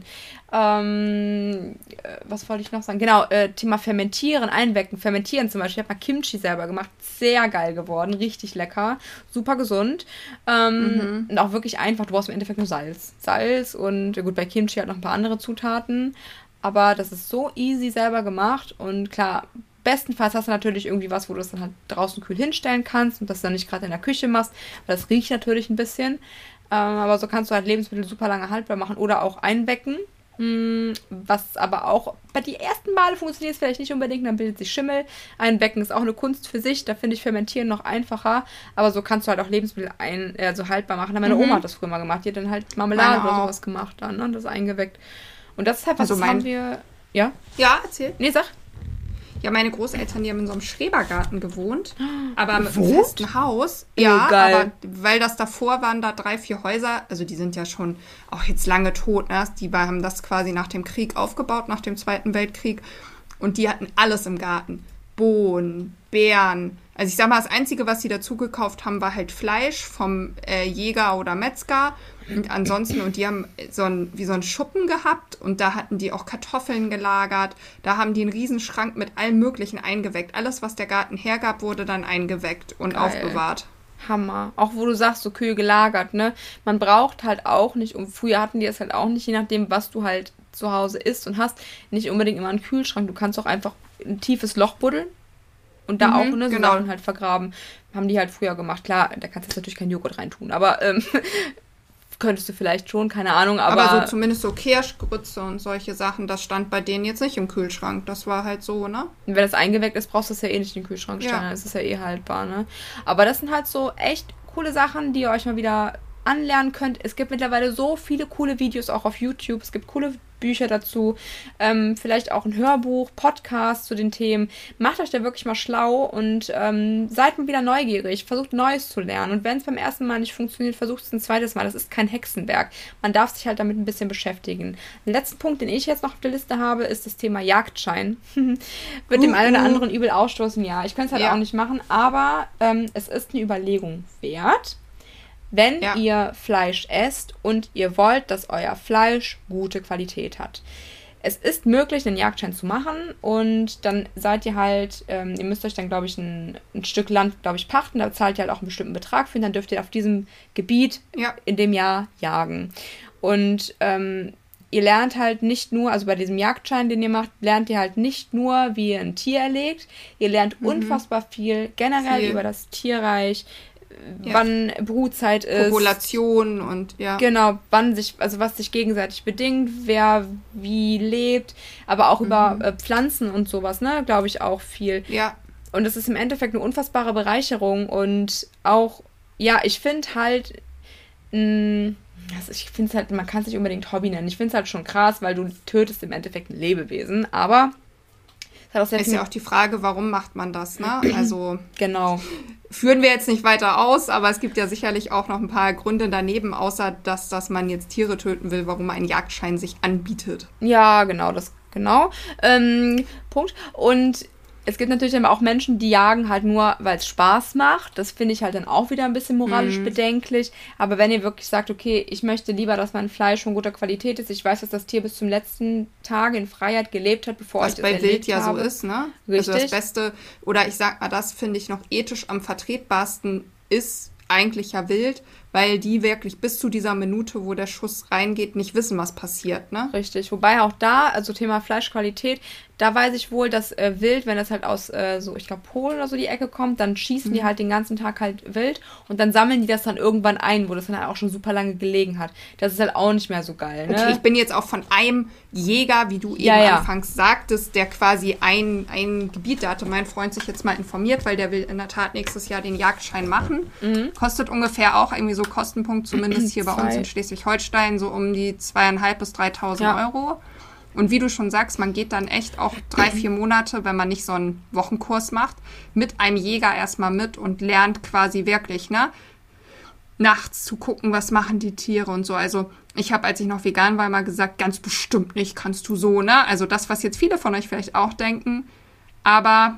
Ähm, äh, was wollte ich noch sagen? Genau, äh, Thema Fermentieren, Einwecken. Fermentieren zum Beispiel. Ich habe mal Kimchi selber gemacht. Sehr geil geworden. Richtig lecker. Super gesund. Ähm, mhm. Und auch wirklich einfach. Du brauchst im Endeffekt nur Salz. Salz und gut, bei Kimchi halt noch ein paar andere Zutaten. Aber das ist so easy selber gemacht. Und klar, bestenfalls hast du natürlich irgendwie was, wo du es dann halt draußen kühl hinstellen kannst und das dann nicht gerade in der Küche machst, weil das riecht natürlich ein bisschen. Ähm, aber so kannst du halt Lebensmittel super lange haltbar machen oder auch einwecken. Mm, was aber auch bei den ersten Male funktioniert es vielleicht nicht unbedingt, dann bildet sich Schimmel. Einwecken ist auch eine Kunst für sich, da finde ich Fermentieren noch einfacher. Aber so kannst du halt auch Lebensmittel ein, also haltbar machen. Meine mhm. Oma hat das früher mal gemacht, die hat dann halt Marmelade oder sowas gemacht dann, ne? Das eingeweckt. Und das ist halt was, also das haben wir... Ja? Ja, erzähl. Nee, sag. Ja, meine Großeltern, die haben in so einem Schrebergarten gewohnt, aber mit Gewohnt? einem festen Haus. Oh, ja, geil. aber weil das davor waren da drei, vier Häuser, also die sind ja schon auch jetzt lange tot, ne? Die haben das quasi nach dem Krieg aufgebaut, nach dem Zweiten Weltkrieg und die hatten alles im Garten. Bohnen, Beeren. Also ich sag mal, das Einzige, was sie dazu gekauft haben, war halt Fleisch vom äh, Jäger oder Metzger. Und ansonsten, und die haben so ein, wie so einen Schuppen gehabt und da hatten die auch Kartoffeln gelagert. Da haben die einen Riesenschrank mit allem Möglichen eingeweckt. Alles, was der Garten hergab, wurde dann eingeweckt und Geil. Aufbewahrt. Hammer. Auch wo du sagst, so kühl gelagert, ne? Man braucht halt auch nicht, und früher hatten die es halt auch nicht, je nachdem, was du halt zu Hause isst und hast, nicht unbedingt immer einen Kühlschrank. Du kannst auch einfach ein tiefes Loch buddeln und da mhm, auch ne, so genau. Sachen halt vergraben. Haben die halt früher gemacht. Klar, da kannst du jetzt natürlich keinen Joghurt reintun, aber ähm, könntest du vielleicht schon, keine Ahnung, aber... Aber so zumindest so Kirschgrütze und solche Sachen, das stand bei denen jetzt nicht im Kühlschrank. Das war halt so, ne? Und wenn das eingeweckt ist, brauchst du es ja eh nicht in den Kühlschrank stellen. Ja. Das ist ja eh haltbar, ne? Aber das sind halt so echt coole Sachen, die ihr euch mal wieder anlernen könnt. Es gibt mittlerweile so viele coole Videos auch auf YouTube. Es gibt coole Bücher dazu. Ähm, vielleicht auch ein Hörbuch, Podcast zu den Themen. Macht euch da wirklich mal schlau und ähm, seid mal wieder neugierig. Versucht Neues zu lernen. Und wenn es beim ersten Mal nicht funktioniert, versucht es ein zweites Mal. Das ist kein Hexenwerk. Man darf sich halt damit ein bisschen beschäftigen. Den letzten Punkt, den ich jetzt noch auf der Liste habe, ist das Thema Jagdschein. Wird dem uh, einen oder anderen übel ausstoßen. Ja, ich könnte es halt ja. auch nicht machen. Aber ähm, es ist eine Überlegung wert. Wenn ja. ihr Fleisch esst und ihr wollt, dass euer Fleisch gute Qualität hat. Es ist möglich, einen Jagdschein zu machen und dann seid ihr halt, ähm, ihr müsst euch dann, glaube ich, ein, ein Stück Land, glaube ich, pachten, da zahlt ihr halt auch einen bestimmten Betrag für und dann dürft ihr auf diesem Gebiet ja. in dem Jahr jagen. Und ähm, ihr lernt halt nicht nur, also bei diesem Jagdschein, den ihr macht, lernt ihr halt nicht nur, wie ihr ein Tier erlegt, ihr lernt mhm. unfassbar viel generell viel. über das Tierreich, ja. wann Brutzeit ist. Population und ja. Genau, wann sich, also was sich gegenseitig bedingt, wer wie lebt, aber auch mhm. über äh, Pflanzen und sowas, ne, glaube ich auch viel. Ja. Und es ist im Endeffekt eine unfassbare Bereicherung und auch, ja, ich finde halt, mh, also ich finde es halt, man kann es nicht unbedingt Hobby nennen. Ich finde es halt schon krass, weil du tötest im Endeffekt ein Lebewesen, aber es hat auch sehr ist ja auch die Frage, warum macht man das, ne? Also genau. Führen wir jetzt nicht weiter aus, aber es gibt ja sicherlich auch noch ein paar Gründe daneben, außer dass, dass man jetzt Tiere töten will, warum ein Jagdschein sich anbietet. Ja, genau, das genau. Ähm, Punkt. Und es gibt natürlich aber auch Menschen, die jagen halt nur, weil es Spaß macht. Das finde ich halt dann auch wieder ein bisschen moralisch mhm. bedenklich. Aber wenn ihr wirklich sagt, okay, ich möchte lieber, dass mein Fleisch von guter Qualität ist, ich weiß, dass das Tier bis zum letzten Tag in Freiheit gelebt hat, bevor Was ich das bei Wild ja habe. so ist, ne? Richtig. Also das Beste, oder ich sag mal, das finde ich noch ethisch am vertretbarsten ist eigentlich ja Wild, weil die wirklich bis zu dieser Minute, wo der Schuss reingeht, nicht wissen, was passiert, ne? Richtig. Wobei auch da, also Thema Fleischqualität, da weiß ich wohl, dass äh, Wild, wenn das halt aus äh, so, ich glaube, Polen oder so die Ecke kommt, dann schießen mhm. die halt den ganzen Tag halt Wild und dann sammeln die das dann irgendwann ein, wo das dann halt auch schon super lange gelegen hat. Das ist halt auch nicht mehr so geil, ne? Okay, ich bin jetzt auch von einem Jäger, wie du eben ja, ja. anfangs sagtest, der quasi ein, ein Gebiet, da hatte mein Freund sich jetzt mal informiert, weil der will in der Tat nächstes Jahr den Jagdschein machen. Mhm. Kostet ungefähr auch irgendwie so Kostenpunkt, zumindest hier bei uns in Schleswig-Holstein, so um die zweieinhalb bis dreitausend ja. Euro. Und wie du schon sagst, man geht dann echt auch drei, vier Monate, wenn man nicht so einen Wochenkurs macht, mit einem Jäger erstmal mit und lernt quasi wirklich, ne, nachts zu gucken, was machen die Tiere und so. Also ich habe, als ich noch vegan war, mal gesagt, ganz bestimmt nicht, kannst du so, ne? Also das, was jetzt viele von euch vielleicht auch denken. Aber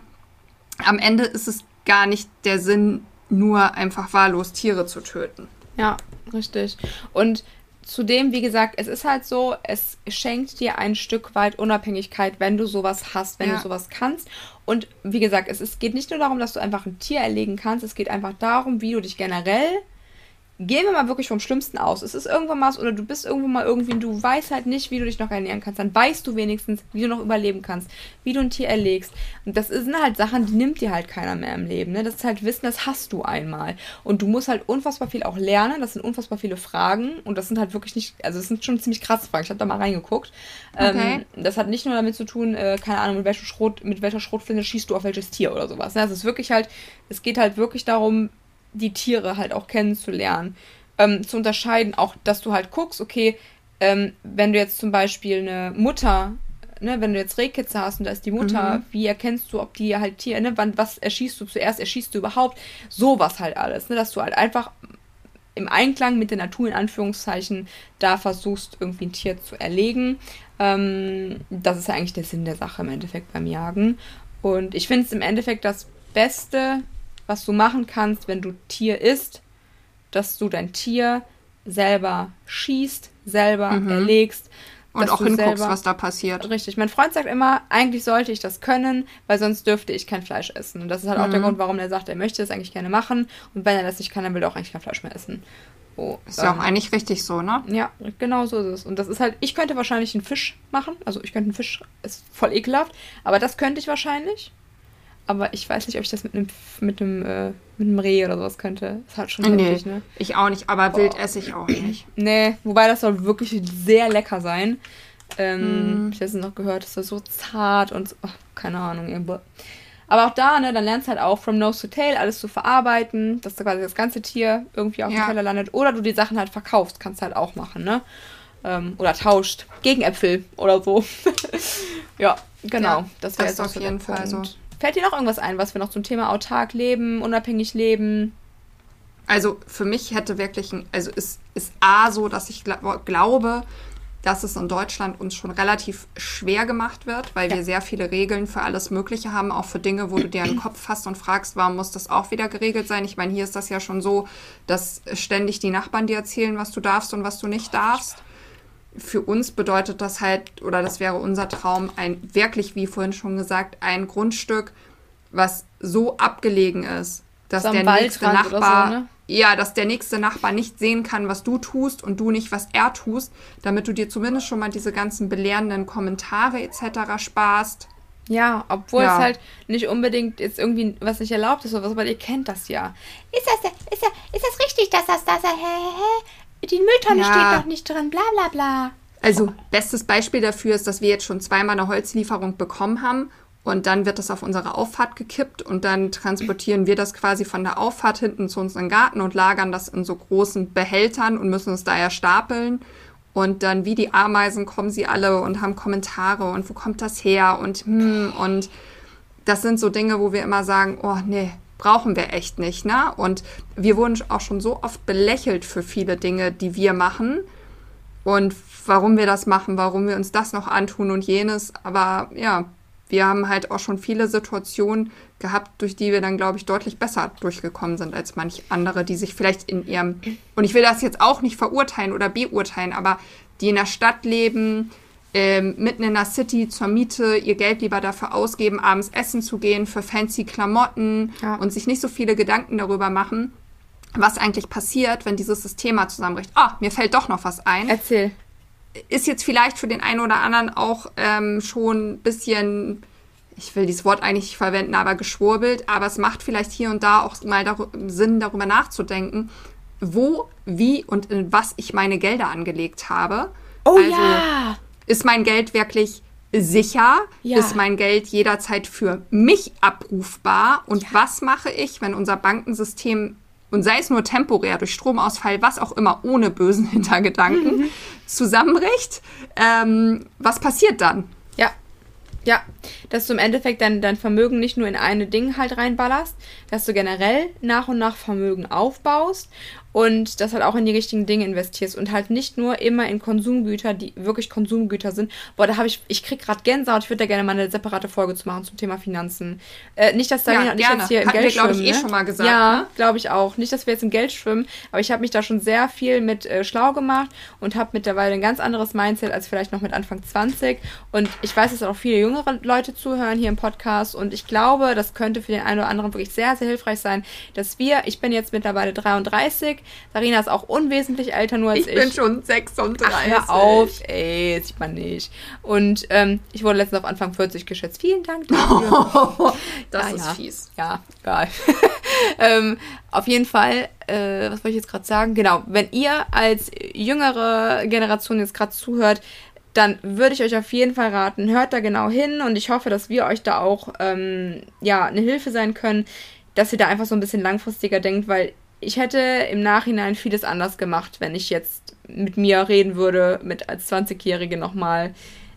am Ende ist es gar nicht der Sinn, nur einfach wahllos Tiere zu töten. Ja, richtig. Und zudem, wie gesagt, es ist halt so, es schenkt dir ein Stück weit Unabhängigkeit, wenn du sowas hast, wenn ja. du sowas kannst. Und wie gesagt, es ist, geht nicht nur darum, dass du einfach ein Tier erlegen kannst, es geht einfach darum, wie du dich generell, gehen wir mal wirklich vom Schlimmsten aus, es ist irgendwann mal, oder du bist irgendwo mal irgendwie, du weißt halt nicht, wie du dich noch ernähren kannst, dann weißt du wenigstens, wie du noch überleben kannst, wie du ein Tier erlegst. Und das sind halt Sachen, die nimmt dir halt keiner mehr im Leben, ne? Das ist halt Wissen, das hast du einmal. Und du musst halt unfassbar viel auch lernen, das sind unfassbar viele Fragen und das sind halt wirklich nicht, also das sind schon ziemlich krasse Fragen, ich habe da mal reingeguckt. Okay. Ähm, das hat nicht nur damit zu tun, äh, keine Ahnung, mit welchem Schrot, mit welcher Schrotflinte schießt du auf welches Tier oder sowas. Ne? Also es ist wirklich halt, es geht halt wirklich darum, die Tiere halt auch kennenzulernen, ähm, zu unterscheiden, auch, dass du halt guckst, okay, ähm, wenn du jetzt zum Beispiel eine Mutter, ne, wenn du jetzt Rehkitze hast und da ist die Mutter, mhm. wie erkennst du, ob die halt Tier, ne, wann, was erschießt du zuerst, erschießt du überhaupt, sowas halt alles, ne, dass du halt einfach im Einklang mit der Natur, in Anführungszeichen, da versuchst, irgendwie ein Tier zu erlegen. Ähm, das ist ja eigentlich der Sinn der Sache im Endeffekt beim Jagen. Und ich finde es im Endeffekt das Beste, was du machen kannst, wenn du Tier isst, dass du dein Tier selber schießt, selber mhm. erlegst. Und auch hinguckst, selber, was da passiert. Richtig. Mein Freund sagt immer, eigentlich sollte ich das können, weil sonst dürfte ich kein Fleisch essen. Und das ist halt mhm. auch der Grund, warum er sagt, er möchte das eigentlich gerne machen. Und wenn er das nicht kann, dann will er auch eigentlich kein Fleisch mehr essen. Oh, ist ja ähm, auch eigentlich richtig so, ne? Ja, genau so ist es. Und das ist halt, ich könnte wahrscheinlich einen Fisch machen. Also ich könnte einen Fisch, ist voll ekelhaft. Aber das könnte ich wahrscheinlich. Aber ich weiß nicht, ob ich das mit einem mit einem, äh, mit einem Reh oder sowas könnte. Ist halt schon nee, heftig, ne? Ich auch nicht, aber wild oh. esse ich auch nicht. Nee, wobei das soll wirklich sehr lecker sein. Ähm, mm. Ich habe es noch gehört, das soll so zart und so, oh, keine Ahnung. Irgendwie. Aber auch da, ne, dann lernst du halt auch from nose to tail alles zu verarbeiten, dass da quasi das ganze Tier irgendwie auf ja. dem Teller landet. Oder du die Sachen halt verkaufst, kannst du halt auch machen, ne? Ähm, oder tauscht gegen Äpfel oder so. Ja, genau. Ja, das wäre jetzt auf jeden Fall so. Fällt dir noch irgendwas ein, was wir noch zum Thema autark leben, unabhängig leben? Also für mich hätte wirklich, ein, also ist, ist A so, dass ich gl- glaube, dass es in Deutschland uns schon relativ schwer gemacht wird, weil ja. wir sehr viele Regeln für alles Mögliche haben, auch für Dinge, wo du dir einen Kopf fasst und fragst, warum muss das auch wieder geregelt sein? Ich meine, hier ist das ja schon so, dass ständig die Nachbarn dir erzählen, was du darfst und was du nicht darfst. Für uns bedeutet das halt, oder das wäre unser Traum, ein wirklich, wie vorhin schon gesagt, ein Grundstück, was so abgelegen ist, dass so der nächste Nachbar, so, ne? ja, dass der nächste Nachbar nicht sehen kann, was du tust und du nicht, was er tust, damit du dir zumindest schon mal diese ganzen belehrenden Kommentare et cetera sparst. Ja, obwohl ja. es halt nicht unbedingt jetzt irgendwie was nicht erlaubt ist oder was, aber ihr kennt das ja. Ist das, ist das, ist das richtig, dass das, das, hä, hä? Die Mülltonne ja. steht doch nicht drin, bla bla bla. Also, bestes Beispiel dafür ist, dass wir jetzt schon zweimal eine Holzlieferung bekommen haben und dann wird das auf unsere Auffahrt gekippt und dann transportieren wir das quasi von der Auffahrt hinten zu unseren Garten und lagern das in so großen Behältern und müssen es daher stapeln. Und dann wie die Ameisen kommen sie alle und haben Kommentare und wo kommt das her und hm, und das sind so Dinge, wo wir immer sagen, oh nee, brauchen wir echt nicht, ne? Und wir wurden auch schon so oft belächelt für viele Dinge, die wir machen und warum wir das machen, warum wir uns das noch antun und jenes. Aber ja, wir haben halt auch schon viele Situationen gehabt, durch die wir dann, glaube ich, deutlich besser durchgekommen sind als manch andere, die sich vielleicht in ihrem, und ich will das jetzt auch nicht verurteilen oder beurteilen, aber die in der Stadt leben, ähm, mitten in der City zur Miete, ihr Geld lieber dafür ausgeben, abends essen zu gehen, für fancy Klamotten ja. und sich nicht so viele Gedanken darüber machen, was eigentlich passiert, wenn dieses System mal zusammenbricht. Ah, mir fällt doch noch was ein. Erzähl. Ist jetzt vielleicht für den einen oder anderen auch ähm, schon ein bisschen, ich will dieses Wort eigentlich nicht verwenden, aber geschwurbelt, aber es macht vielleicht hier und da auch mal dar- Sinn, darüber nachzudenken, wo, wie und in was ich meine Gelder angelegt habe. Oh also, ja! Ist mein Geld wirklich sicher? Ja. Ist mein Geld jederzeit für mich abrufbar? Und Ja. was mache ich, wenn unser Bankensystem, und sei es nur temporär, durch Stromausfall, was auch immer, ohne bösen Hintergedanken, mhm. zusammenbricht? Ähm, was passiert dann? Ja. Ja, dass du im Endeffekt dein, dein Vermögen nicht nur in eine Ding halt reinballerst, dass du generell nach und nach Vermögen aufbaust und das halt auch in die richtigen Dinge investierst und halt nicht nur immer in Konsumgüter, die wirklich Konsumgüter sind. Boah, da habe ich, ich krieg gerade Gänsehaut, ich würde da gerne mal eine separate Folge zu machen zum Thema Finanzen. Äh, nicht, dass da ja, nicht jetzt hier im Hatten Geld wir, glaube schwimmen. ich, Ne? eh schon mal gesagt. Ja, ne? glaube ich auch. Nicht, dass wir jetzt im Geld schwimmen, aber ich habe mich da schon sehr viel mit äh, schlau gemacht und habe mittlerweile ein ganz anderes Mindset als vielleicht noch mit Anfang zwanzig. Und ich weiß, dass auch viele jüngere Leute zuhören hier im Podcast und ich glaube, das könnte für den einen oder anderen wirklich sehr, sehr hilfreich sein, dass wir, ich bin jetzt mittlerweile dreiunddreißig, Sarina ist auch unwesentlich älter nur als ich. Ich bin schon sechsunddreißig. Ach, hör auf, ey, sieht man nicht. Und ähm, ich wurde letztens auf Anfang vierzig geschätzt. Vielen Dank dafür. das ja, ist ja. fies. Ja, egal. ähm, auf jeden Fall, äh, was wollte ich jetzt gerade sagen? Genau, wenn ihr als jüngere Generation jetzt gerade zuhört, dann würde ich euch auf jeden Fall raten, hört da genau hin und ich hoffe, dass wir euch da auch ähm, ja, eine Hilfe sein können, dass ihr da einfach so ein bisschen langfristiger denkt, weil ich hätte im Nachhinein vieles anders gemacht, wenn ich jetzt mit mir reden würde, mit als zwanzigjährige nochmal.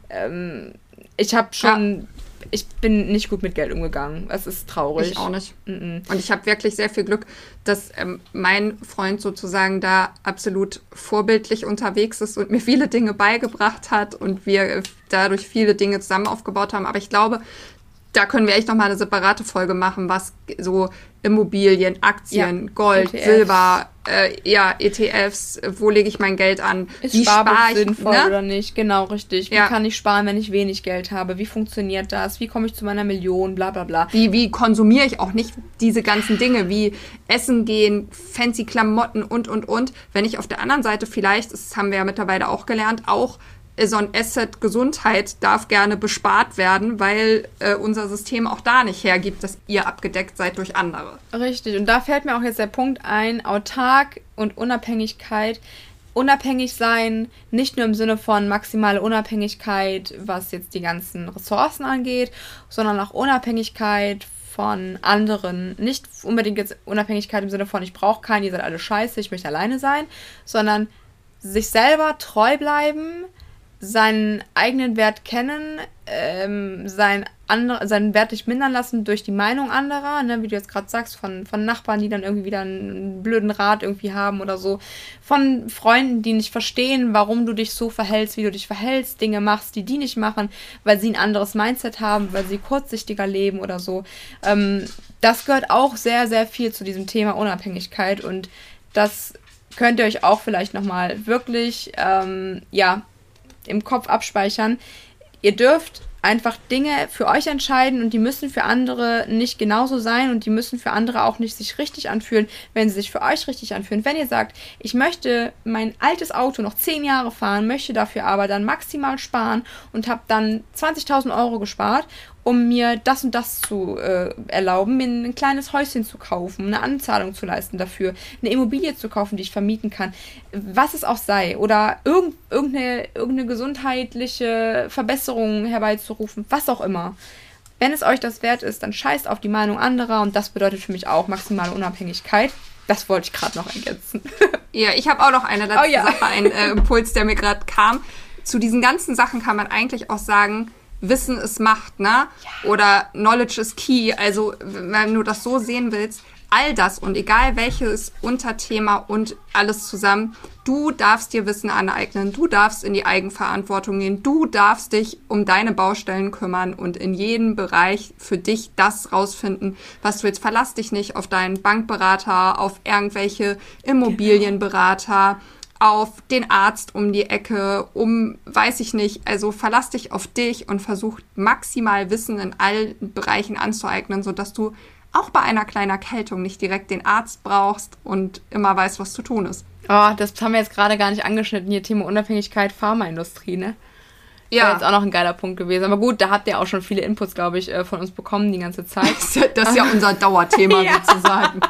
Ähm, ich habe schon, ja. ich bin nicht gut mit Geld umgegangen. Es ist traurig. Ich auch nicht. Mm-mm. Und ich habe wirklich sehr viel Glück, dass ähm, mein Freund sozusagen da absolut vorbildlich unterwegs ist und mir viele Dinge beigebracht hat und wir äh, dadurch viele Dinge zusammen aufgebaut haben. Aber ich glaube, da können wir echt nochmal eine separate Folge machen, was so Immobilien, Aktien, ja, Gold, E T Fs. Silber, äh, ja, E T Fs, wo lege ich mein Geld an? Ist Wie Sparbuch spare ich, sinnvoll ne? oder nicht? Genau, richtig. Wie ja. kann ich sparen, wenn ich wenig Geld habe? Wie funktioniert das? Wie komme ich zu meiner Million? Bla bla bla. Wie, wie konsumiere ich auch nicht diese ganzen Dinge, wie Essen gehen, fancy Klamotten und, und, und. Wenn ich auf der anderen Seite vielleicht, das haben wir ja mittlerweile auch gelernt, auch so ein Asset Gesundheit darf gerne bespart werden, weil äh, unser System auch da nicht hergibt, dass ihr abgedeckt seid durch andere. Richtig. Und da fällt mir auch jetzt der Punkt ein, autark und Unabhängigkeit. Unabhängig sein, nicht nur im Sinne von maximale Unabhängigkeit, was jetzt die ganzen Ressourcen angeht, sondern auch Unabhängigkeit von anderen. Nicht unbedingt jetzt Unabhängigkeit im Sinne von, ich brauche keinen, ihr seid alle scheiße, ich möchte alleine sein, sondern sich selber treu bleiben, seinen eigenen Wert kennen, ähm, sein andere, seinen Wert nicht mindern lassen durch die Meinung anderer, ne, wie du jetzt gerade sagst, von, von Nachbarn, die dann irgendwie wieder einen blöden Rat irgendwie haben oder so, von Freunden, die nicht verstehen, warum du dich so verhältst, wie du dich verhältst, Dinge machst, die die nicht machen, weil sie ein anderes Mindset haben, weil sie kurzsichtiger leben oder so. Ähm, das gehört auch sehr, sehr viel zu diesem Thema Unabhängigkeit und das könnt ihr euch auch vielleicht nochmal wirklich, ähm, ja, im Kopf abspeichern. Ihr dürft einfach Dinge für euch entscheiden und die müssen für andere nicht genauso sein und die müssen für andere auch nicht sich richtig anfühlen, wenn sie sich für euch richtig anfühlen. Wenn ihr sagt, ich möchte mein altes Auto noch zehn Jahre fahren, möchte dafür aber dann maximal sparen und habe dann zwanzigtausend Euro gespart, um mir das und das zu äh, erlauben, mir ein kleines Häuschen zu kaufen, eine Anzahlung zu leisten dafür, eine Immobilie zu kaufen, die ich vermieten kann, was es auch sei, oder irgend, irgendeine, irgendeine gesundheitliche Verbesserung herbeizurufen, was auch immer. Wenn es euch das wert ist, dann scheißt auf die Meinung anderer und das bedeutet für mich auch maximale Unabhängigkeit. Das wollte ich gerade noch ergänzen. Ja, ich habe auch noch eine letzte oh, ja. Sache, einen äh, Impuls, der mir gerade kam. Zu diesen ganzen Sachen kann man eigentlich auch sagen, Wissen ist Macht, ne? Ja. Oder Knowledge is key. Also, wenn du das so sehen willst, all das und egal welches Unterthema und alles zusammen, du darfst dir Wissen aneignen, du darfst in die Eigenverantwortung gehen, du darfst dich um deine Baustellen kümmern und in jedem Bereich für dich das rausfinden, was du willst. Verlass dich nicht auf deinen Bankberater, auf irgendwelche Immobilienberater, auf den Arzt um die Ecke, um, weiß ich nicht, also verlass dich auf dich und versuch maximal Wissen in allen Bereichen anzueignen, sodass du auch bei einer kleinen Erkältung nicht direkt den Arzt brauchst und immer weißt, was zu tun ist. Oh, das haben wir jetzt gerade gar nicht angeschnitten, hier Thema Unabhängigkeit, Pharmaindustrie, ne? Ja. Wäre jetzt auch noch ein geiler Punkt gewesen. Aber gut, da habt ihr auch schon viele Inputs, glaube ich, von uns bekommen die ganze Zeit. Das ist ja unser Dauerthema ja. sozusagen.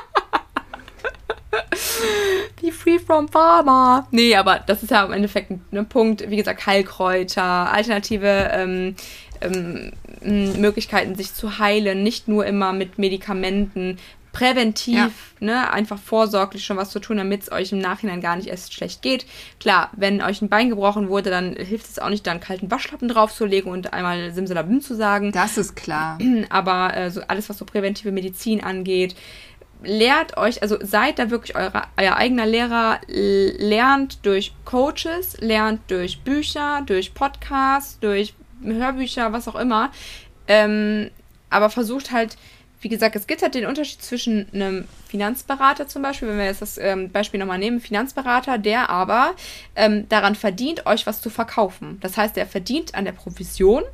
Be free from Pharma. Nee, aber das ist ja im Endeffekt ein ne, Punkt. Wie gesagt, Heilkräuter, alternative ähm, ähm, Möglichkeiten, sich zu heilen. Nicht nur immer mit Medikamenten. Präventiv, ja. ne, einfach vorsorglich schon was zu tun, damit es euch im Nachhinein gar nicht erst schlecht geht. Klar, wenn euch ein Bein gebrochen wurde, dann hilft es auch nicht, da einen kalten Waschlappen draufzulegen und einmal Simsalabim zu sagen. Das ist klar. Aber äh, so alles, was so präventive Medizin angeht, lehrt euch, also seid da wirklich eure, euer eigener Lehrer, lernt durch Coaches, lernt durch Bücher, durch Podcasts, durch Hörbücher, was auch immer. Ähm, aber versucht halt, wie gesagt, es gibt halt den Unterschied zwischen einem Finanzberater zum Beispiel, wenn wir jetzt das ähm, Beispiel nochmal nehmen, Finanzberater, der aber ähm, daran verdient, euch was zu verkaufen. Das heißt, er verdient an der Provision,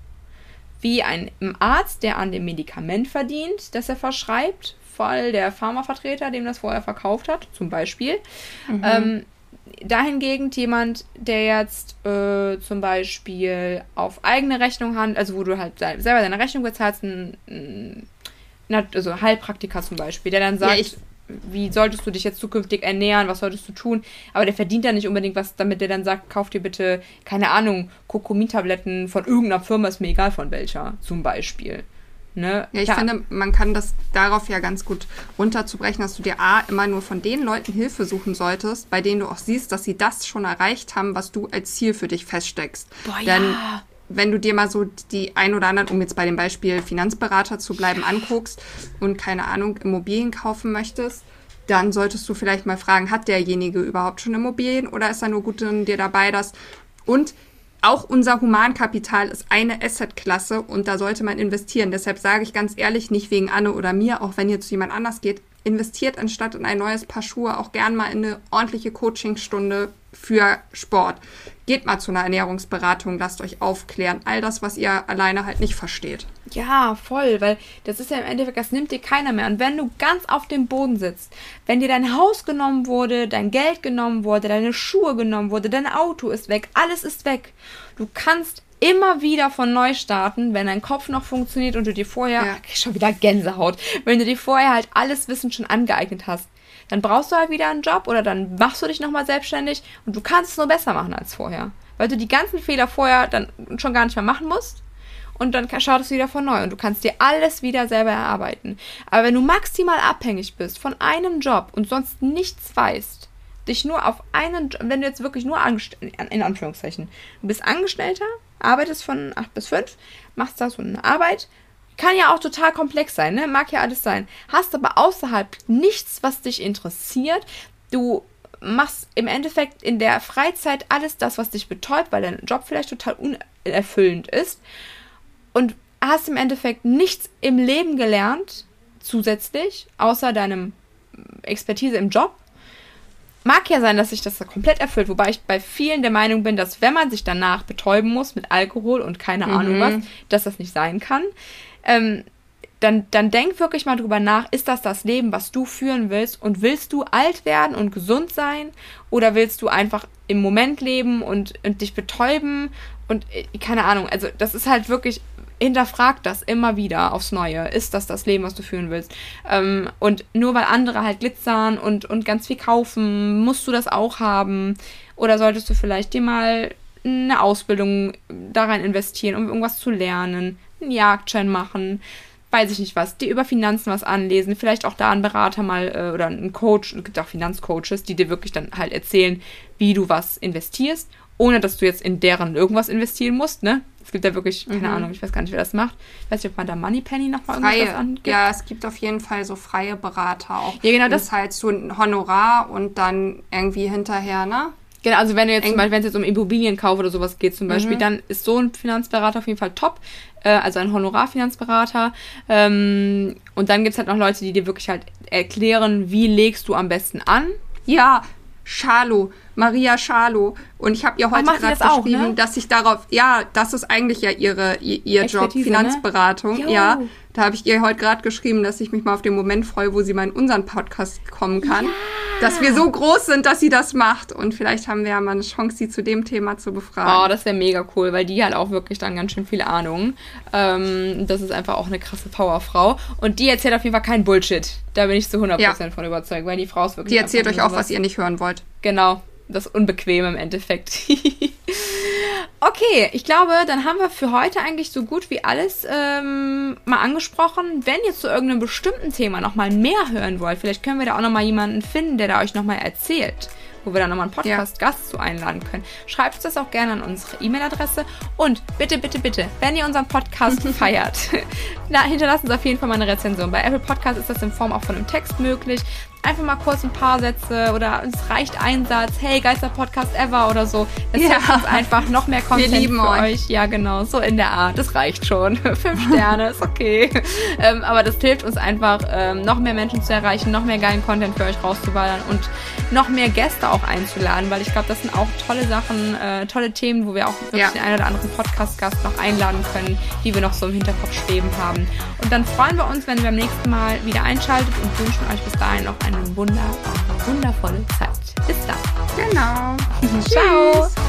wie ein Arzt, der an dem Medikament verdient, das er verschreibt, voll der Pharmavertreter, dem das vorher verkauft hat, zum Beispiel. Mhm. Ähm, dahingegen jemand, der jetzt äh, zum Beispiel auf eigene Rechnung handelt, also wo du halt selber deine Rechnung bezahlst, ein, ein, also Heilpraktiker zum Beispiel, der dann sagt, ja, ich, wie solltest du dich jetzt zukünftig ernähren, was solltest du tun, aber der verdient ja nicht unbedingt was, damit der dann sagt, kauf dir bitte, keine Ahnung, Kokomin-Tabletten von irgendeiner Firma, ist mir egal von welcher, zum Beispiel. Ne? Ja, ich ja. finde, man kann das darauf ja ganz gut runterzubrechen, dass du dir A, immer nur von den Leuten Hilfe suchen solltest, bei denen du auch siehst, dass sie das schon erreicht haben, was du als Ziel für dich feststeckst. Boah, Denn ja. wenn du dir mal so die ein oder anderen, um jetzt bei dem Beispiel Finanzberater zu bleiben, anguckst und, keine Ahnung, Immobilien kaufen möchtest, dann solltest du vielleicht mal fragen, hat derjenige überhaupt schon Immobilien oder ist er nur gut in dir dabei, dass und auch unser Humankapital ist eine Assetklasse und da sollte man investieren. Deshalb sage ich ganz ehrlich, nicht wegen Anne oder mir, auch wenn ihr zu jemand anders geht, investiert anstatt in ein neues Paar Schuhe auch gern mal in eine ordentliche Coachingstunde für Sport. Geht mal zu einer Ernährungsberatung, lasst euch aufklären. All das, was ihr alleine halt nicht versteht. Ja, voll, weil das ist ja im Endeffekt, das nimmt dir keiner mehr. Und wenn du ganz auf dem Boden sitzt, wenn dir dein Haus genommen wurde, dein Geld genommen wurde, deine Schuhe genommen wurde, dein Auto ist weg, alles ist weg. Du kannst immer wieder von neu starten, wenn dein Kopf noch funktioniert und du dir vorher, ja. schon wieder Gänsehaut, wenn du dir vorher halt alles Wissen schon angeeignet hast. Dann brauchst du halt wieder einen Job oder dann machst du dich nochmal selbstständig und du kannst es nur besser machen als vorher. Weil du die ganzen Fehler vorher dann schon gar nicht mehr machen musst und dann startest du wieder von neu und du kannst dir alles wieder selber erarbeiten. Aber wenn du maximal abhängig bist von einem Job und sonst nichts weißt, dich nur auf einen, wenn du jetzt wirklich nur angestellt, in Anführungszeichen, du bist Angestellter, arbeitest von acht bis fünf, machst da so eine Arbeit, kann ja auch total komplex sein, ne? Mag ja alles sein. Hast aber außerhalb nichts, was dich interessiert. Du machst im Endeffekt in der Freizeit alles das, was dich betäubt, weil dein Job vielleicht total unerfüllend ist. Und hast im Endeffekt nichts im Leben gelernt, zusätzlich, außer deinem Expertise im Job. Mag ja sein, dass sich das da komplett erfüllt, wobei ich bei vielen der Meinung bin, dass wenn man sich danach betäuben muss mit Alkohol und keine mhm. Ahnung was, dass das nicht sein kann. Ähm, dann, dann denk wirklich mal drüber nach, ist das das Leben, was du führen willst und willst du alt werden und gesund sein oder willst du einfach im Moment leben und, und dich betäuben und keine Ahnung, also das ist halt wirklich, hinterfrag das immer wieder aufs Neue, ist das das Leben, was du führen willst ähm, und nur weil andere halt glitzern und, und ganz viel kaufen, musst du das auch haben oder solltest du vielleicht dir mal eine Ausbildung da rein investieren, um irgendwas zu lernen, einen Jagdschein machen, weiß ich nicht was, dir über Finanzen was anlesen, vielleicht auch da einen Berater mal äh, oder einen Coach, es gibt auch Finanzcoaches, die dir wirklich dann halt erzählen, wie du was investierst ohne dass du jetzt in deren irgendwas investieren musst, ne? Es gibt ja wirklich, keine Mhm. Ahnung, ich weiß gar nicht, wer das macht. Ich weiß nicht, ob man da Moneypenny nochmal Freie, irgendwas angibt. ja, es gibt auf jeden Fall so freie Berater auch. Ja, genau, das das- ist halt so ein Honorar und dann irgendwie hinterher, ne? Genau, also wenn du jetzt Eng- zum Beispiel, wenn es jetzt um Immobilienkauf oder sowas geht zum Beispiel, Mhm. dann ist so ein Finanzberater auf jeden Fall top, äh, also ein Honorarfinanzberater. Ähm, und dann gibt's halt noch Leute, die dir wirklich halt erklären, wie legst du am besten an. Ja, Schalo, Maria Schalo. Und ich habe ihr heute macht die gerade das auch, geschrieben, ne? dass ich darauf, ja, das ist eigentlich ja ihre, ihr, ihr Job, Expertise, Finanzberatung. ne? Ja, Jo. da habe ich ihr heute gerade geschrieben, dass ich mich mal auf den Moment freue, wo sie mal in unseren Podcast kommen kann. Ja. Dass wir so groß sind, dass sie das macht. Und vielleicht haben wir ja mal eine Chance, sie zu dem Thema zu befragen. Oh, das wäre mega cool, weil die hat auch wirklich dann ganz schön viel Ahnung. Ähm, das ist einfach auch eine krasse Powerfrau. Und die erzählt auf jeden Fall keinen Bullshit. Da bin ich zu hundert Prozent von überzeugt, weil die Frau ist wirklich... Die erzählt einfach euch auch, nur was ihr nicht hören wollt. Genau, das Unbequeme im Endeffekt. Okay, ich glaube, dann haben wir für heute eigentlich so gut wie alles ähm, mal angesprochen. Wenn ihr zu irgendeinem bestimmten Thema nochmal mehr hören wollt, vielleicht können wir da auch nochmal jemanden finden, der da euch nochmal erzählt, wo wir dann nochmal einen Podcast-Gast zu einladen können. Schreibt uns das auch gerne an unsere E-Mail-Adresse. Und bitte, bitte, bitte, wenn ihr unseren Podcast feiert, na, hinterlasst uns auf jeden Fall mal eine Rezension. Bei Apple Podcast ist das in Form auch von einem Text möglich. Einfach mal kurz ein paar Sätze oder es reicht ein Satz. Hey, geilster Podcast ever oder so. Das Ja. hilft uns einfach noch mehr Content Wir lieben für euch. euch. Ja, genau, so in der Art. Das reicht schon. Fünf Sterne, ist okay. ähm, aber das hilft uns einfach, ähm, noch mehr Menschen zu erreichen, noch mehr geilen Content für euch rauszuballern und noch mehr Gäste auch einzuladen, weil ich glaube, das sind auch tolle Sachen, äh, tolle Themen, wo wir auch wirklich Ja. den einen oder anderen Podcast-Gast noch einladen können, die wir noch so im Hinterkopf schweben haben. Und dann freuen wir uns, wenn ihr beim nächsten Mal wieder einschaltet und wünschen euch bis dahin noch eine wunder, wundervolle Zeit. Bis dann. Genau. Ciao. Tschüss.